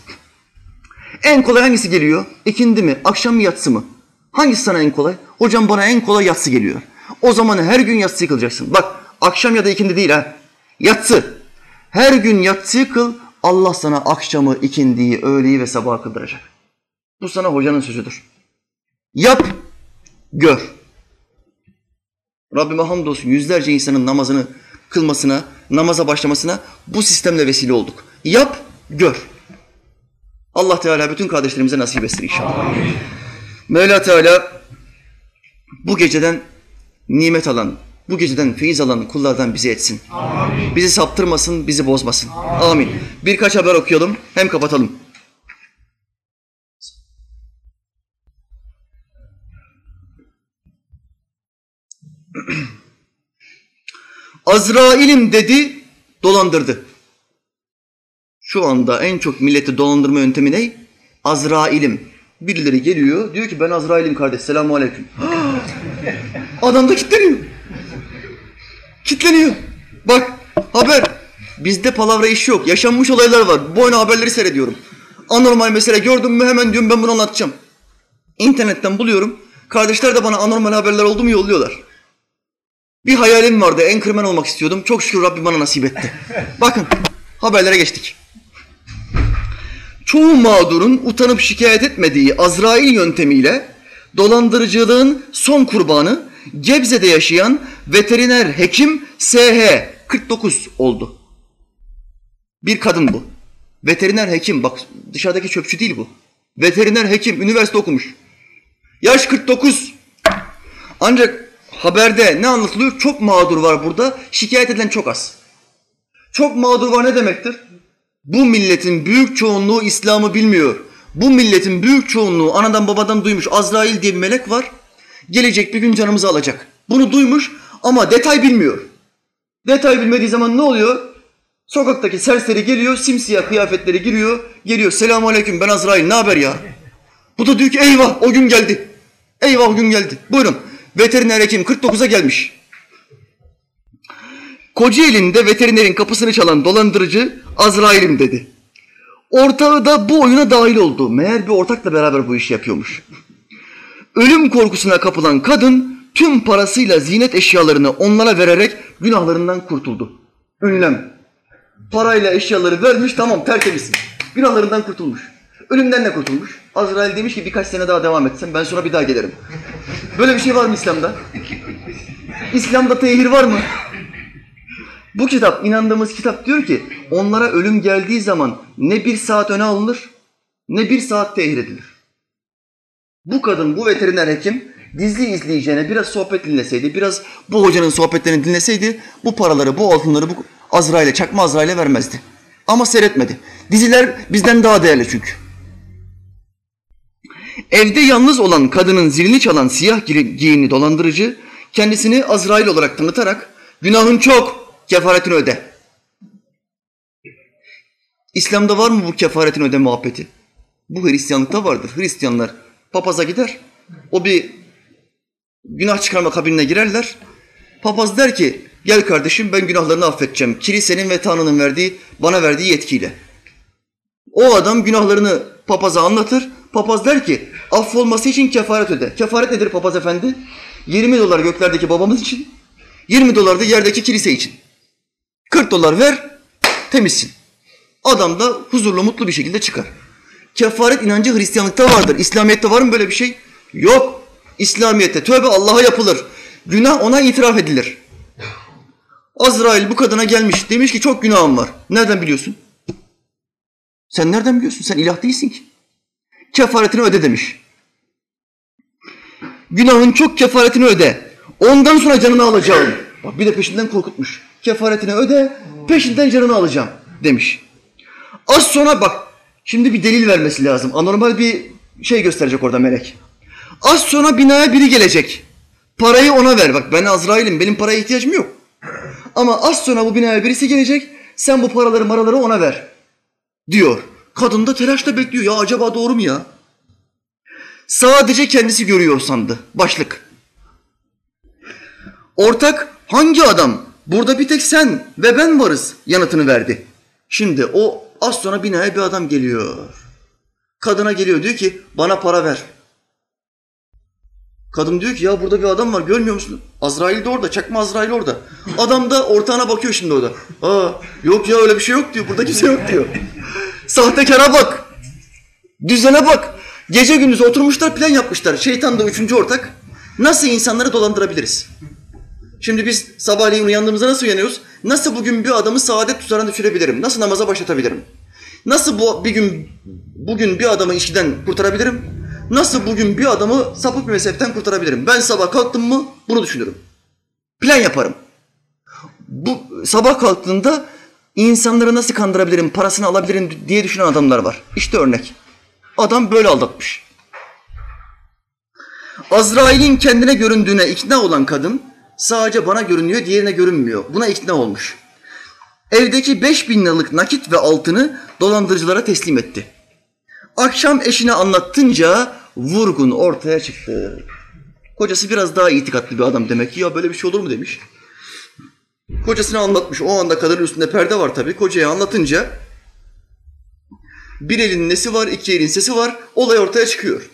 En kolay hangisi geliyor? İkindi mi? Akşam mı? Yatsı mı? Hangisi sana en kolay? Hocam bana en kolay yatsı geliyor. O zaman her gün yatsıyı kılacaksın. Bak akşam ya da ikindi değil ha. Yatsı. Her gün yatsıyı kıl. Allah sana akşamı, ikindiyi, öğleyi ve sabahı kıldıracak. Bu sana hocanın sözüdür. Yap, gör. Rabbime hamdolsun yüzlerce insanın namazını kılmasına, namaza başlamasına bu sistemle vesile olduk. Yap, gör. Allah Teala bütün kardeşlerimize nasip etsin inşallah. Amin. Mevla Teala bu geceden nimet alan, bu geceden feyiz alan kullardan bizi etsin. Amin. Bizi saptırmasın, bizi bozmasın. Amin. Amin. Birkaç haber okuyalım, hem kapatalım. Azrail'im dedi, dolandırdı. Şu anda en çok milleti dolandırma yöntemi ne? Azrail'im. Birileri geliyor, diyor ki ben Azrail'im kardeş, selamun aleyküm. Adam da kilitleniyor. Kilitleniyor. Bak, haber. Bizde palavra işi yok, yaşanmış olaylar var. Bu oyunu haberleri seyrediyorum. Anormal mesele gördüm mü hemen diyorum ben bunu anlatacağım. İnternetten buluyorum. Kardeşler de bana anormal haberler oldu mu yolluyorlar. Bir hayalim vardı, enkırmen olmak istiyordum. Çok şükür Rabbim bana nasip etti. Bakın, haberlere geçtik. Çoğu mağdurun utanıp şikayet etmediği Azrail yöntemiyle dolandırıcılığın son kurbanı Gebze'de yaşayan veteriner hekim S H kırk dokuz oldu. Bir kadın bu. Veteriner hekim, bak dışarıdaki çöpçü değil bu. Veteriner hekim, üniversite okumuş. Yaş kırk dokuz. Ancak haberde ne anlatılıyor? Çok mağdur var burada, şikayet edilen çok az. Çok mağdur var ne demektir? Bu milletin büyük çoğunluğu İslam'ı bilmiyor. Bu milletin büyük çoğunluğu anadan babadan duymuş. Azrail diye bir melek var. Gelecek bir gün canımızı alacak. Bunu duymuş ama detay bilmiyor. Detay bilmediği zaman ne oluyor? Sokaktaki serseri geliyor, simsiyah kıyafetleri giriyor. Geliyor, selamun aleyküm ben Azrail, ne haber ya? Bu da diyor ki eyvah o gün geldi. Eyvah o gün geldi. Buyurun. Veteriner hekim kırk dokuza gelmiş. Kocaeli'nde veterinerin kapısını çalan dolandırıcı Azrail'im dedi. Ortağı da bu oyuna dahil oldu. Meğer bir ortakla beraber bu işi yapıyormuş. Ölüm korkusuna kapılan kadın tüm parasıyla ziynet eşyalarını onlara vererek günahlarından kurtuldu. Ünlem. Parayla eşyaları vermiş, tamam tertemiz. Günahlarından kurtulmuş. Ölümden de kurtulmuş. Azrail demiş ki birkaç sene daha devam etsem ben sonra bir daha gelirim. Böyle bir şey var mı İslam'da? İslam'da tehir var mı? Bu kitap, inandığımız kitap diyor ki onlara ölüm geldiği zaman ne bir saat öne alınır ne bir saat tehir edilir. Bu kadın, bu veteriner hekim dizi izleyeceğine biraz sohbet dinleseydi, biraz bu hocanın sohbetlerini dinleseydi bu paraları, bu altınları bu Azrail'e, çakma Azrail'e vermezdi. Ama seyretmedi. Diziler bizden daha değerli çünkü. Evde yalnız olan kadının zilini çalan siyah giyimli dolandırıcı kendisini Azrail olarak tanıtarak günahın çok, kefaretini öde. İslam'da var mı bu kefaretini öde muhabbeti? Bu Hristiyanlıkta vardır. Hristiyanlar papaza gider, o bir günah çıkarma kabinine girerler. Papaz der ki gel kardeşim ben günahlarını affedeceğim. Kilisenin ve Tanrı'nın verdiği, bana verdiği yetkiyle. O adam günahlarını papaza anlatır. Papaz der ki affolması için kefaret öde. Kefaret nedir papaz efendi? yirmi dolar göklerdeki babamız için, yirmi dolar da yerdeki kilise için. kırk dolar ver, temizsin. Adam da huzurlu, mutlu bir şekilde çıkar. Kefaret inancı Hristiyanlıkta vardır. İslamiyet'te var mı böyle bir şey? Yok. İslamiyet'te tövbe Allah'a yapılır. Günah ona itiraf edilir. Azrail bu kadına gelmiş. Demiş ki çok günahım var. Nereden biliyorsun? Sen nereden biliyorsun? Sen ilah değilsin ki. Kefaretini öde demiş. Günahın çok, kefaretini öde. Ondan sonra canını alacağım. Bak bir de peşinden korkutmuş. Kefaretini öde, peşinden canını alacağım demiş. Az sonra bak, şimdi bir delil vermesi lazım. Anormal bir şey gösterecek orada melek. Az sonra binaya biri gelecek. Parayı ona ver. Bak ben Azrail'im, benim paraya ihtiyacım yok. Ama az sonra bu binaya birisi gelecek, sen bu paraları maraları ona ver diyor. Kadın da telaşla bekliyor. Ya acaba doğru mu ya? Sadece kendisi görüyor sandı. Başlık. Ortak hangi adam? Burada bir tek sen ve ben varız yanıtını verdi. Şimdi o az sonra binaya bir adam geliyor. Kadına geliyor, diyor ki bana para ver. Kadın diyor ki ya burada bir adam var, görmüyor musun? Azrail de orada, çakma Azrail orada. Adam da ortağına bakıyor şimdi orada. Aa, yok ya öyle bir şey yok diyor, burada kimse yok diyor. Sahtekara bak, düzene bak. Gece gündüz oturmuşlar, plan yapmışlar. Şeytan da üçüncü ortak. Nasıl insanları dolandırabiliriz? Şimdi biz sabahleyin uyandığımızda nasıl uyanıyoruz? Nasıl bugün bir adamı saadet tuzağına düşürebilirim? Nasıl namaza başlatabilirim? Nasıl bu bir gün bugün bir adamı işten kurtarabilirim? Nasıl bugün bir adamı sapık bir mezhepten kurtarabilirim? Ben sabah kalktım mı bunu düşünürüm. Plan yaparım. Bu sabah kalktığında insanları nasıl kandırabilirim, parasını alabilirim diye düşünen adamlar var. İşte örnek. Adam böyle aldatmış. Azrail'in kendine göründüğüne ikna olan kadın sadece bana görünüyor, diğerine görünmüyor. Buna ikna olmuş. Evdeki beş bin liralık nakit ve altını dolandırıcılara teslim etti. Akşam eşine anlattınca vurgun ortaya çıktı. Kocası biraz daha itikatlı bir adam demek ki. Ya böyle bir şey olur mu demiş. Kocasına anlatmış. O anda kadının üstünde perde var tabii. Kocaya anlatınca bir elin nesi var, iki elin sesi var. Olay ortaya çıkıyor.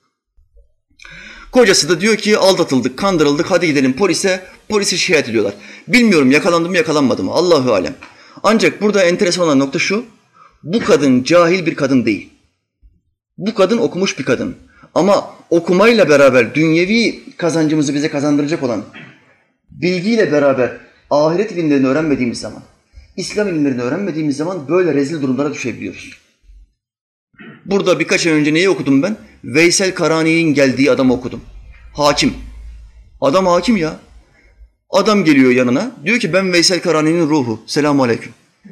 Kocası da diyor ki aldatıldık, kandırıldık, hadi gidelim polise. Polisi şikayet ediyorlar. Bilmiyorum yakalandı mı yakalanmadı mı, Allahu alem. Ancak burada enteresan olan nokta şu. Bu kadın cahil bir kadın değil. Bu kadın okumuş bir kadın. Ama okumayla beraber dünyevi kazancımızı bize kazandıracak olan bilgiyle beraber ahiret ilimlerini öğrenmediğimiz zaman, İslam ilimlerini öğrenmediğimiz zaman böyle rezil durumlara düşebiliyoruz. Burada birkaç ay önce neyi okudum ben? Veysel Karani'nin geldiği adamı okudum. Hakim. Adam hakim ya. Adam geliyor yanına. Diyor ki ben Veysel Karani'nin ruhu. Selamun aleyküm.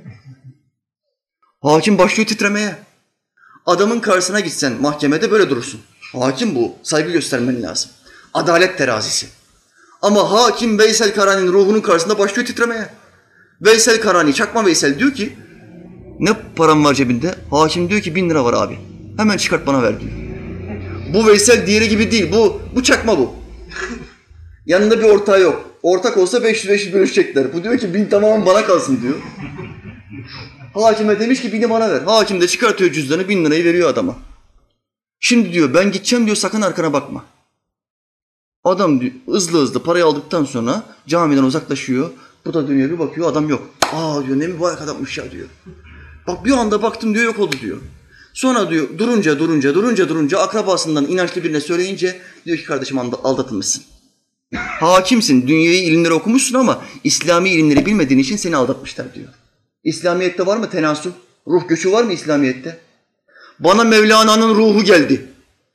Hakim başlıyor titremeye. Adamın karşısına gitsen mahkemede böyle durursun. Hakim bu. Saygı göstermen lazım. Adalet terazisi. Ama hakim Veysel Karani'nin ruhunun karşısında başlıyor titremeye. Veysel Karani, çakma Veysel diyor ki ne param var cebinde? Hakim diyor ki bin lira var abi. Hemen çıkart bana ver diyor. Bu Veysel diğeri gibi değil. Bu, bu çakma bu. Yanında bir ortağı yok. Ortak olsa beş yüz beş yüz bölüşecekler. Bu diyor ki bin tamamen bana kalsın diyor. Hakime demiş ki bini bana ver. Hakim de çıkartıyor cüzdanı, bin lirayı veriyor adama. Şimdi diyor ben gideceğim diyor, sakın arkana bakma. Adam diyor, hızlı hızlı parayı aldıktan sonra camiden uzaklaşıyor. Bu da dönüyor bir bakıyor, adam yok. Aa diyor ne mübarek adammış ya diyor. Bak bir anda baktım diyor, yok oldu diyor. Sonra diyor durunca durunca durunca durunca akrabasından inançlı birine söyleyince diyor ki kardeşim aldatılmışsın. Hakimsin, dünyevi ilimleri okumuşsun ama İslami ilimleri bilmediğin için seni aldatmışlar diyor. İslamiyet'te var mı tenasül? Ruh göçü var mı İslamiyet'te? Bana Mevlana'nın ruhu geldi.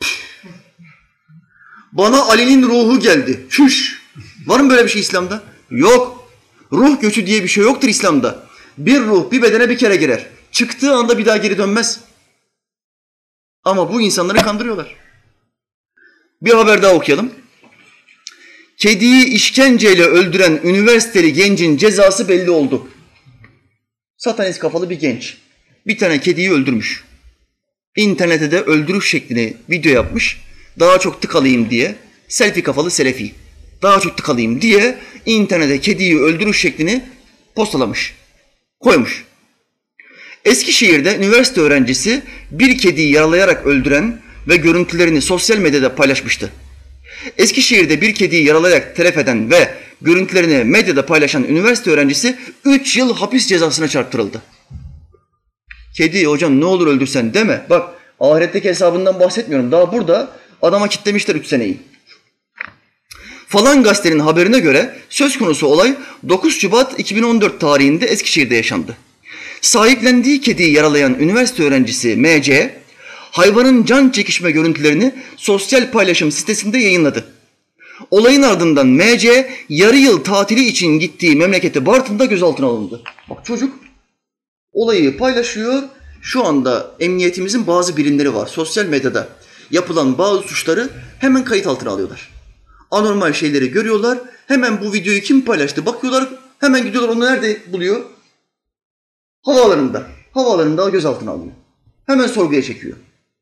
Bana Ali'nin ruhu geldi. Şuş. Var mı böyle bir şey İslam'da? Yok. Ruh göçü diye bir şey yoktur İslam'da. Bir ruh bir bedene bir kere girer. Çıktığı anda bir daha geri dönmez. Ama bu insanları kandırıyorlar. Bir haber daha okuyalım. Kediyi işkenceyle öldüren üniversiteli gencin cezası belli oldu. Satanist kafalı bir genç. Bir tane kediyi öldürmüş. İnternette de öldürüş şeklini video yapmış. Daha çok tık alayım diye. Selfie kafalı selefi. Daha çok tık alayım diye internete kediyi öldürüş şeklini postalamış. Koymuş. Eskişehir'de üniversite öğrencisi bir kediyi yaralayarak öldüren ve görüntülerini sosyal medyada paylaşmıştı. Eskişehir'de bir kediyi yaralayarak telef eden ve görüntülerini medyada paylaşan üniversite öğrencisi üç yıl hapis cezasına çarptırıldı. Kedi hocam ne olur öldürsen deme. Bak ahiretteki hesabından bahsetmiyorum. Daha burada adama kitlemişler üç seneyi. Falan gazetenin haberine göre söz konusu olay dokuz Şubat iki bin on dört tarihinde Eskişehir'de yaşandı. Sahiplendiği kediyi yaralayan üniversite öğrencisi M C, hayvanın can çekişme görüntülerini sosyal paylaşım sitesinde yayınladı. Olayın ardından M C yarı yıl tatili için gittiği memleketi Bartın'da gözaltına alındı. Bak çocuk olayı paylaşıyor. Şu anda emniyetimizin bazı birimleri var. Sosyal medyada yapılan bazı suçları hemen kayıt altına alıyorlar. Anormal şeyleri görüyorlar. Hemen bu videoyu kim paylaştı bakıyorlar. Hemen gidiyorlar, onu nerede buluyor? Havaalanında. Havaalanında gözaltına alıyor. Hemen sorguya çekiyor.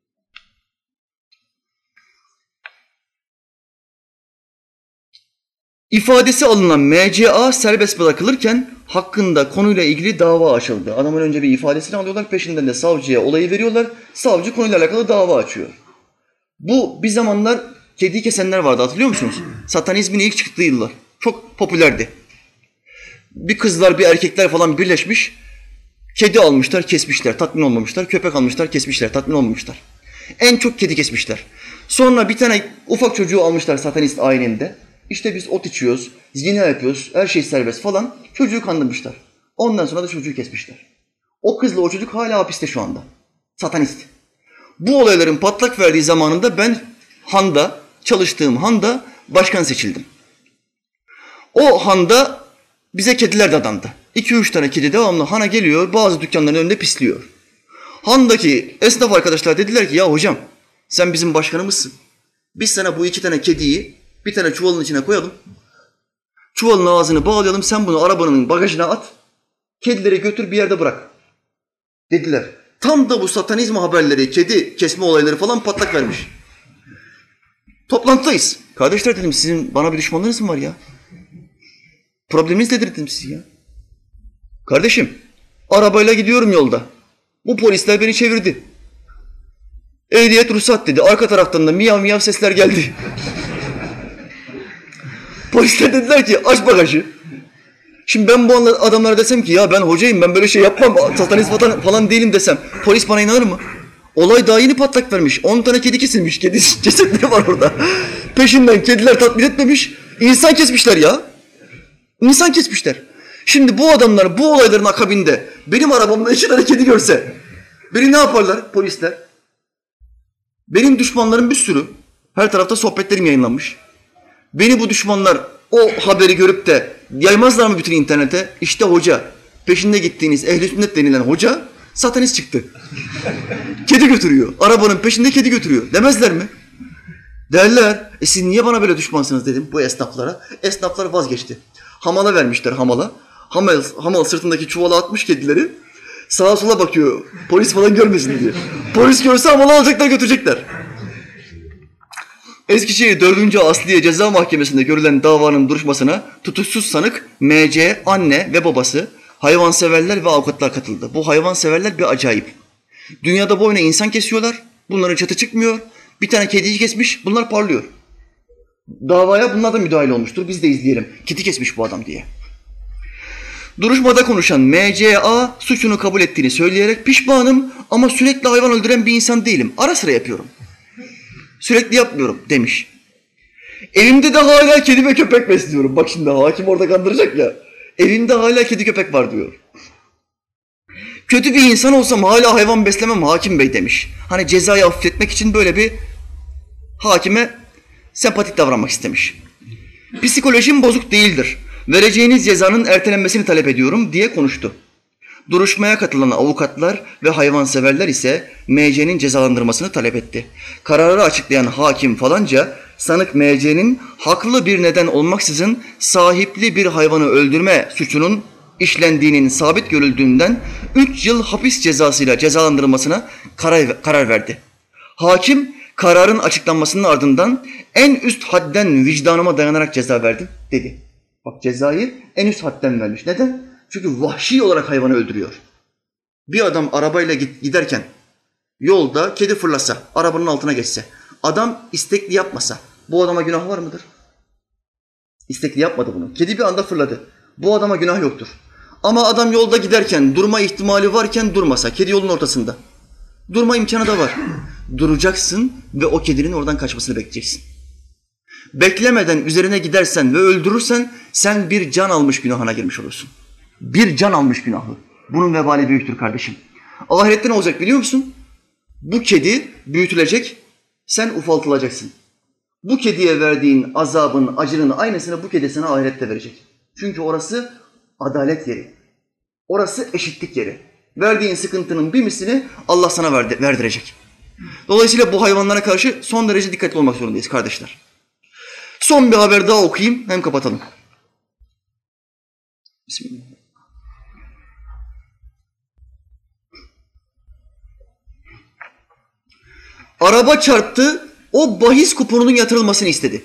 İfadesi alınan M C A serbest bırakılırken hakkında konuyla ilgili dava açıldı. Adamın önce bir ifadesini alıyorlar, peşinden de savcıya olayı veriyorlar. Savcı konuyla alakalı dava açıyor. Bu bir zamanlar kediyi kesenler vardı, hatırlıyor musunuz? Satanizmin ilk çıktığı yıllar. Çok popülerdi. Bir kızlar bir erkekler falan birleşmiş. Kedi almışlar, kesmişler, tatmin olmamışlar. Köpek almışlar, kesmişler, tatmin olmamışlar. En çok kedi kesmişler. Sonra bir tane ufak çocuğu almışlar satanist ayininde. İşte biz ot içiyoruz, zina yapıyoruz, her şey serbest falan. Çocuğu kandırmışlar. Ondan sonra da çocuğu kesmişler. O kızla o çocuk hala hapiste şu anda. Satanist. Bu olayların patlak verdiği zamanında ben Han'da, çalıştığım Han'da başkan seçildim. O Han'da bize kediler dadandı. İki üç tane kedi devamlı Han'a geliyor, bazı dükkanların önünde pisliyor. Han'daki esnaf arkadaşlar dediler ki ya hocam sen bizim başkanımızsın. Biz sana bu iki tane kediyi bir tane çuvalın içine koyalım. Çuvalın ağzını bağlayalım, sen bunu arabanın bagajına at. Kedileri götür bir yerde bırak. Dediler. Tam da bu satanizm haberleri, kedi kesme olayları falan patlak vermiş. Toplantıdayız. Kardeşler dedim sizin bana bir düşmanlarınız mı var ya? Probleminiz nedir dedim size ya. Kardeşim arabayla gidiyorum yolda. Bu polisler beni çevirdi. Ehliyet ruhsat dedi. Arka taraftan da miyav miyav sesler geldi. Polisler dediler ki aç bagajı. Şimdi ben bu adamlara desem ki ya ben hocayım ben böyle şey yapmam satanist falan, falan değilim desem polis bana inanır mı? Olay daha yeni patlak vermiş. on tane kedi kesilmiş. Kedi cesetleri var orada. Peşinden kediler tatmin etmemiş. İnsan kesmişler ya. İnsan kesmişler. Şimdi bu adamlar bu olayların akabinde benim arabamda iki tane kedi görse beni ne yaparlar polisler? Benim düşmanlarım bir sürü. Her tarafta sohbetlerim yayınlanmış. Beni bu düşmanlar o haberi görüp de yaymazlar mı bütün internete? İşte hoca, peşinde gittiğiniz ehl-i sünnet denilen hoca satanist çıktı. Kedi götürüyor. Arabanın peşinde kedi götürüyor. Demezler mi? Derler. E siz niye bana böyle düşmansınız dedim bu esnaflara. Esnaflar vazgeçti. Hamala vermişler hamala. Hamal, hamal sırtındaki çuvala atmış kedileri. Sağa sola bakıyor. Polis falan görmesin diye. Polis görse hamalı alacaklar götürecekler. Eskişehir dördüncü Asliye Ceza Mahkemesi'nde görülen davanın duruşmasına tutuksuz sanık M C, anne ve babası, hayvanseverler ve avukatlar katıldı. Bu hayvanseverler bir acayip. Dünyada boyuna insan kesiyorlar. Bunların çatı çıkmıyor. Bir tane kediyi kesmiş. Bunlar parlıyor. Davaya bunlar da müdahale olmuştur. Biz de izleyelim. Kedi kesmiş bu adam diye. Duruşmada konuşan M C A suçunu kabul ettiğini söyleyerek pişmanım ama sürekli hayvan öldüren bir insan değilim. Ara sıra yapıyorum. Sürekli yapmıyorum demiş. Evimde de hala kedi ve köpek besliyorum. Bak şimdi hakim orada kandıracak ya. Evimde hala kedi köpek var diyor. Kötü bir insan olsam hala hayvan beslemem hakim bey demiş. Hani cezayı hafifletmek için böyle bir hakime sempatik davranmak istemiş. Psikolojim bozuk değildir. Vereceğiniz cezanın ertelenmesini talep ediyorum diye konuştu. Duruşmaya katılan avukatlar ve hayvanseverler ise M C'nin cezalandırmasını talep etti. Kararı açıklayan hakim falanca sanık M C'nin haklı bir neden olmaksızın sahipli bir hayvanı öldürme suçunun işlendiğinin sabit görüldüğünden üç yıl hapis cezasıyla cezalandırılmasına karar, karar verdi. Hakim kararın açıklanmasının ardından en üst hadden vicdanıma dayanarak ceza verdim dedi. Bak cezayı en üst hadden vermiş. Neden? Çünkü vahşi olarak hayvanı öldürüyor. Bir adam arabayla giderken yolda kedi fırlasa, arabanın altına geçse, adam istekli yapmasa bu adama günah var mıdır? İstekli yapmadı bunu. Kedi bir anda fırladı. Bu adama günah yoktur. Ama adam yolda giderken durma ihtimali varken durmasa, kedi yolun ortasında. Durma imkanı da var. Duracaksın ve o kedinin oradan kaçmasını bekleyeceksin. Beklemeden üzerine gidersen ve öldürürsen sen bir can almış günahına girmiş olursun. Bir can almış günahı. Bunun vebali büyüktür kardeşim. Ahirette ne olacak biliyor musun? Bu kedi büyütülecek, sen ufaltılacaksın. Bu kediye verdiğin azabın, acının aynısını bu kedi sana ahirette verecek. Çünkü orası adalet yeri. Orası eşitlik yeri. Verdiğin sıkıntının bir mislini Allah sana verdi, verdirecek. Dolayısıyla bu hayvanlara karşı son derece dikkatli olmak zorundayız kardeşler. Son bir haber daha okuyayım, hem kapatalım. Bismillah. Araba çarptı, o bahis kuponunun yatırılmasını istedi.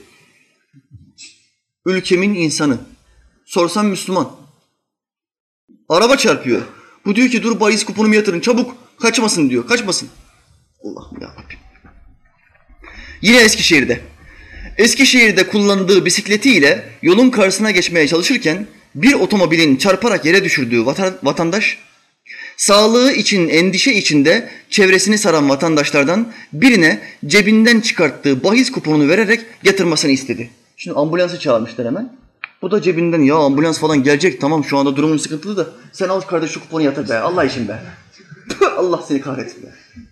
Ülkemin insanı. Sorsam Müslüman. Araba çarpıyor. Bu diyor ki dur bahis kuponumu yatırın çabuk. Kaçmasın diyor. Kaçmasın. Allah'ım yarabbim. Yine Eskişehir'de. Eskişehir'de kullandığı bisikletiyle yolun karşısına geçmeye çalışırken bir otomobilin çarparak yere düşürdüğü vatandaş Sağlığı için endişe içinde çevresini saran vatandaşlardan birine cebinden çıkarttığı bahis kuponunu vererek yatırmasını istedi. Şimdi ambulansı çağırmışlar hemen. Bu da cebinden ya ambulans falan gelecek, tamam şu anda durumun sıkıntılı da sen al kardeş şu kuponu yatır be Allah için be. Allah seni kahretsin be.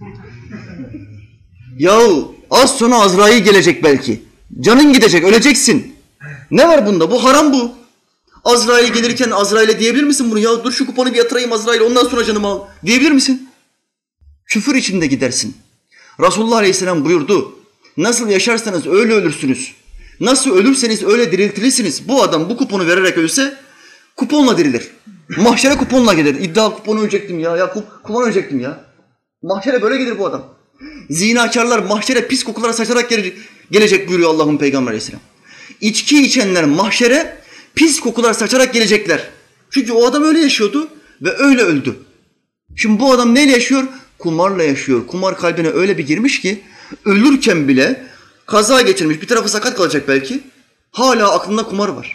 Yahu az sonra Azrail gelecek belki. Canın gidecek, öleceksin. Ne var bunda? Bu haram bu. Azrail gelirken Azrail'e diyebilir misin bunu? Ya dur şu kuponu bir yatırayım Azrail'e ondan sonra canımı al. Diyebilir misin? Küfür içinde gidersin. Resulullah Aleyhisselam buyurdu. Nasıl yaşarsanız öyle ölürsünüz. Nasıl ölürseniz öyle diriltilirsiniz. Bu adam bu kuponu vererek ölse kuponla dirilir. Mahşere kuponla gelir. İddia kuponu ölecektim ya. Ya kupon ölecektim ya. Mahşere böyle gelir bu adam. Zinakarlar mahşere pis kokulara saçarak gelecek buyuruyor Allah'ın Peygamber Aleyhisselam. İçki içenler mahşere pis kokular saçarak gelecekler. Çünkü o adam öyle yaşıyordu ve öyle öldü. Şimdi bu adam neyle yaşıyor? Kumarla yaşıyor. Kumar kalbine öyle bir girmiş ki ölürken bile kaza geçirmiş, bir tarafı sakat kalacak belki. Hala aklında kumar var.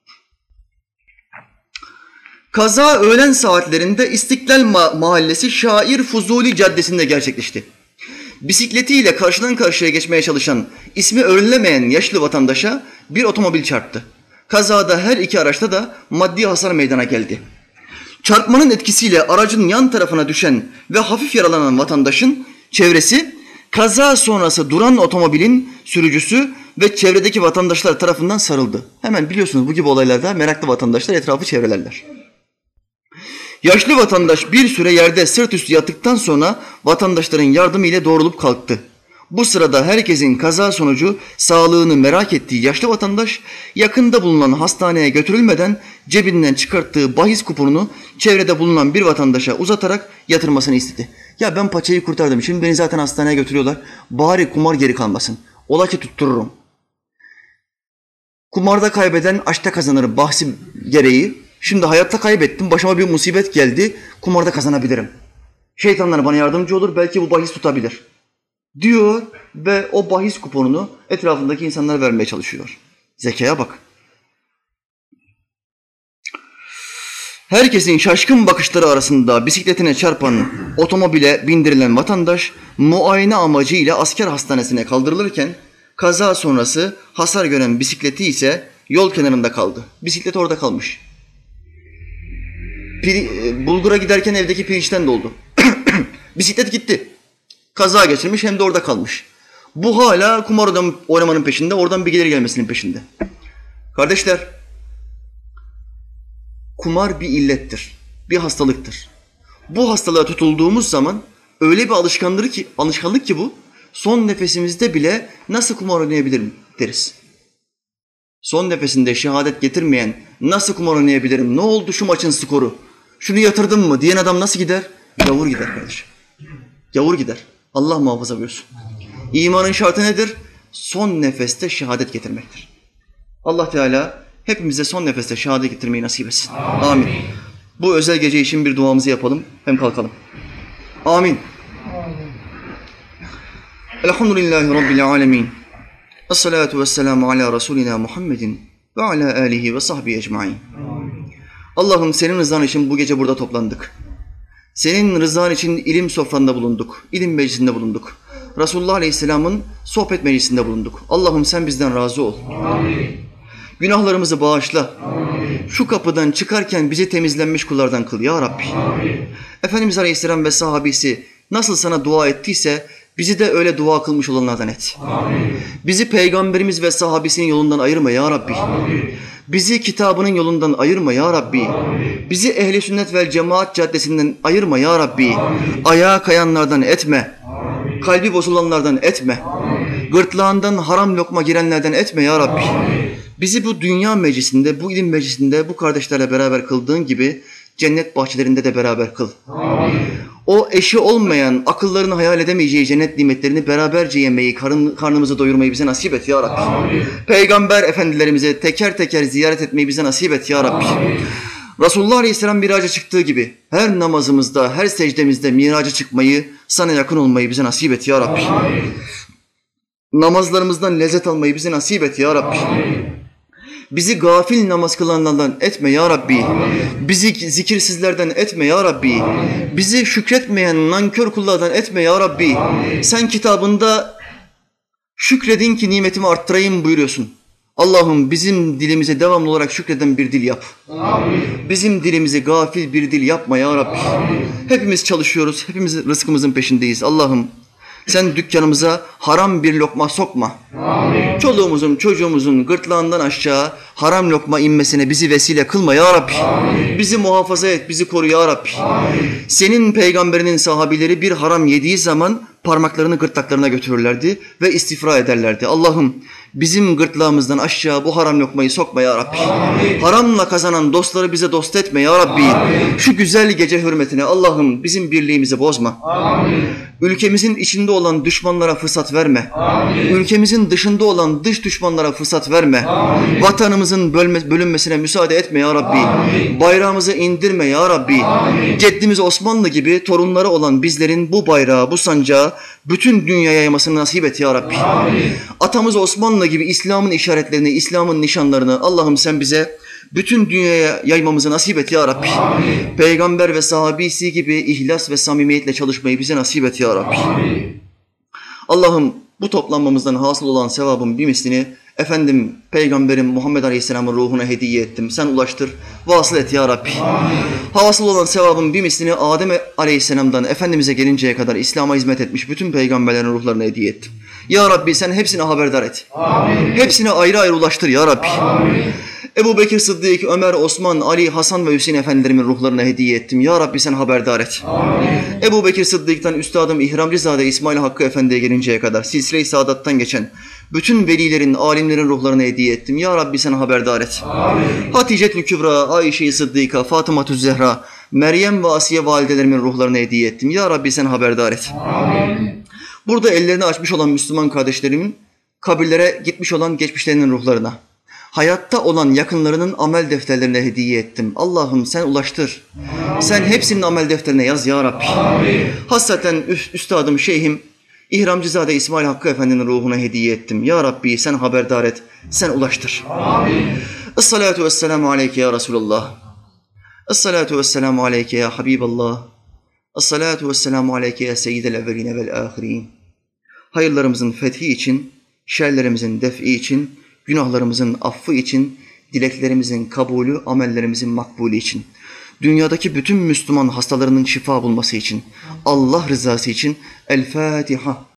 Kaza öğlen saatlerinde İstiklal Mahallesi Şair Fuzuli Caddesi'nde gerçekleşti. Bisikletiyle karşıdan karşıya geçmeye çalışan, ismi öğrenilemeyen yaşlı vatandaşa bir otomobil çarptı. Kazada her iki araçta da maddi hasar meydana geldi. Çarpmanın etkisiyle aracın yan tarafına düşen ve hafif yaralanan vatandaşın çevresi, kaza sonrası duran otomobilin sürücüsü ve çevredeki vatandaşlar tarafından sarıldı. Hemen biliyorsunuz bu gibi olaylarda meraklı vatandaşlar etrafı çevrelerler. Yaşlı vatandaş bir süre yerde sırt üstü yattıktan sonra vatandaşların yardımı ile doğrulup kalktı. Bu sırada herkesin kaza sonucu sağlığını merak ettiği yaşlı vatandaş yakında bulunan hastaneye götürülmeden cebinden çıkarttığı bahis kuponunu çevrede bulunan bir vatandaşa uzatarak yatırmasını istedi. Ya ben paçayı kurtardım, şimdi beni zaten hastaneye götürüyorlar, bari kumar geri kalmasın, ola ki tuttururum. Kumarda kaybeden aşkta kazanır bahsi gereği, şimdi hayatta kaybettim, başıma bir musibet geldi, kumarda kazanabilirim. Şeytanlar bana yardımcı olur, belki bu bahis tutabilir diyor ve o bahis kuponunu etrafındaki insanlara vermeye çalışıyor. Zekaya bak. Herkesin şaşkın bakışları arasında bisikletine çarpan otomobile bindirilen vatandaş muayene amacıyla asker hastanesine kaldırılırken kaza sonrası hasar gören bisikleti ise yol kenarında kaldı. Bisiklet orada kalmış. Piri, bulgura giderken evdeki pirinçten doldu. Bisiklet gitti. Kaza geçirmiş hem de orada kalmış. Bu hala kumar oynamanın peşinde, oradan bir gelir gelmesinin peşinde. Kardeşler, kumar bir illettir, bir hastalıktır. Bu hastalığa tutulduğumuz zaman öyle bir alışkanlık ki, alışkanlık ki bu, son nefesimizde bile nasıl kumar oynayabilirim deriz. Son nefesinde şehadet getirmeyen nasıl kumar oynayabilirim, ne oldu şu maçın skoru, şunu yatırdım mı diyen adam nasıl gider? Gavur gider kardeşim. Gavur gider. Allah muhafaza buyursun. İmanın şartı nedir? Son nefeste şehadet getirmektir. Allah Teala hepimize son nefeste şehadet getirmeyi nasip etsin. Amin. Amin. Bu özel gece için bir duamızı yapalım, hem kalkalım. Amin. Amin. Elhamdülillahi Rabbil alemin. Esselatu vesselamu ala Resulina Muhammedin ve ala alihi ve sahbihi ecmain. Allah'ım senin rızan için bu gece burada toplandık. Senin rızan için ilim sofranda bulunduk, ilim meclisinde bulunduk. Resulullah Aleyhisselam'ın sohbet meclisinde bulunduk. Allah'ım sen bizden razı ol. Amin. Günahlarımızı bağışla. Amin. Şu kapıdan çıkarken bizi temizlenmiş kullardan kıl ya Rabbi. Amin. Efendimiz Aleyhisselam ve sahabisi nasıl sana dua ettiyse bizi de öyle dua kılmış olanlardan et. Amin. Bizi peygamberimiz ve sahabisinin yolundan ayırma ya Rabbi. Amin. Bizi kitabının yolundan ayırma ya Rabbi. Amin. Bizi ehli sünnet vel cemaat caddesinden ayırma ya Rabbi. Amin. Ayağa kayanlardan etme. Amin. Kalbi bozulanlardan etme. Amin. Gırtlağından haram lokma girenlerden etme ya Rabbi. Amin. Bizi bu dünya meclisinde, bu ilim meclisinde bu kardeşlerle beraber kıldığın gibi cennet bahçelerinde de beraber kıl. Amin. O eşi olmayan, akıllarını hayal edemeyeceği cennet nimetlerini beraberce yemeyi, karın, karnımızı doyurmayı bize nasip et ya Rabbi. Amin. Peygamber efendilerimizi teker teker ziyaret etmeyi bize nasip et ya Rabbi. Amin. Resulullah Aleyhisselam miraca çıktığı gibi her namazımızda, her secdemizde miraca çıkmayı, sana yakın olmayı bize nasip et ya Rabbi. Amin. Namazlarımızdan lezzet almayı bize nasip et ya Rabbi. Amin. Bizi gafil namaz kılanlardan etme ya Rabbi. Bizi zikirsizlerden etme ya Rabbi. Bizi şükretmeyen nankör kullardan etme ya Rabbi. Sen kitabında şükredin ki nimetimi arttırayım buyuruyorsun. Allah'ım bizim dilimize devamlı olarak şükreden bir dil yap. Amin. Bizim dilimizi gafil bir dil yapma ya Rabbi. Amin. Hepimiz çalışıyoruz, hepimiz rızkımızın peşindeyiz. Allah'ım sen dükkanımıza haram bir lokma sokma. Amin. Çoluğumuzun, çocuğumuzun gırtlağından aşağı haram lokma inmesine bizi vesile kılma ya Rabbi. Amin. Bizi muhafaza et, bizi koru ya Rabbi. Amin. Senin peygamberinin sahabileri bir haram yediği zaman parmaklarını gırtlaklarına götürürlerdi ve istifra ederlerdi. Allah'ım bizim gırtlağımızdan aşağı bu haram lokmayı sokma ya Rabbi. Amin. Haramla kazanan dostları bize dost etme ya Rabbi. Amin. Şu güzel gece hürmetine Allah'ım bizim birliğimizi bozma. Amin. Ülkemizin içinde olan düşmanlara fırsat verme. Amin. Ülkemizin dışında olan dış düşmanlara fırsat verme. Amin. Vatanımızın bölme, bölünmesine müsaade etme ya Rabbi. Amin. Bayrağımızı indirme ya Rabbi. Amin. Ceddimiz Osmanlı gibi torunları olan bizlerin bu bayrağı, bu sancağı bütün dünyaya yaymasını nasip et ya Rabbi. Amin. Atamız Osmanlı gibi İslam'ın işaretlerini, İslam'ın nişanlarını Allah'ım sen bize bütün dünyaya yaymamızı nasip et ya Rabbi. Amin. Peygamber ve sahabisi gibi ihlas ve samimiyetle çalışmayı bize nasip et ya Rabbi. Amin. Allah'ım bu toplanmamızdan hasıl olan sevabın bir mislini efendim Peygamberim Muhammed Aleyhisselam'ın ruhuna hediye ettim. Sen ulaştır, vasıl et ya Rabbi. Amin. Hasıl olan sevabın bir mislini Adem Aleyhisselam'dan Efendimiz'e gelinceye kadar İslam'a hizmet etmiş bütün peygamberlerin ruhlarına hediye ettim. Ya Rabbi sen hepsini haberdar et. Amin. Hepsine ayrı ayrı ulaştır ya Rabbi. Amin. Ebu Bekir Sıddık, Ömer, Osman, Ali, Hasan ve Hüseyin efendilerimin ruhlarına hediye ettim. Ya Rabbi sen haberdar et. Amin. Ebu Bekir Sıddık'tan Üstadım İhramcızade İsmail Hakkı Efendi'ye gelinceye kadar silsile-i saadattan geçen bütün velilerin, alimlerin ruhlarına hediye ettim. Ya Rabbi sen haberdar et. Amin. Hatice-tül Kübra, Ayşe-i Sıddıka, Fatıma-tü Zehra, Meryem ve Asiye validelerimin ruhlarına hediye ettim. Ya Rabbi sen haberdar et. Amin. Burada ellerini açmış olan Müslüman kardeşlerimin kabirlere gitmiş olan geçmişlerinin ruhlarına, hayatta olan yakınlarının amel defterlerine hediye ettim. Allah'ım sen ulaştır. Amin. Sen hepsinin amel defterine yaz ya Rabbi. Amin. Hassaten üst, üstadım, şeyhim, İhramcızade İsmail Hakkı Efendi'nin ruhuna hediye ettim. Ya Rabbi sen haberdar et, sen ulaştır. Amin. Es-salatu vesselamu aleyke ya Resulallah. Es-salatu vesselamu aleyke ya Habiballah. Es-salatu vesselamu aleyke ya seyyidel evveline vel ahirin. Hayırlarımızın fethi için, şerlerimizin defi için, günahlarımızın affı için, dileklerimizin kabulü, amellerimizin makbulü için, dünyadaki bütün Müslüman hastalarının şifa bulması için, Allah rızası için El Fatiha.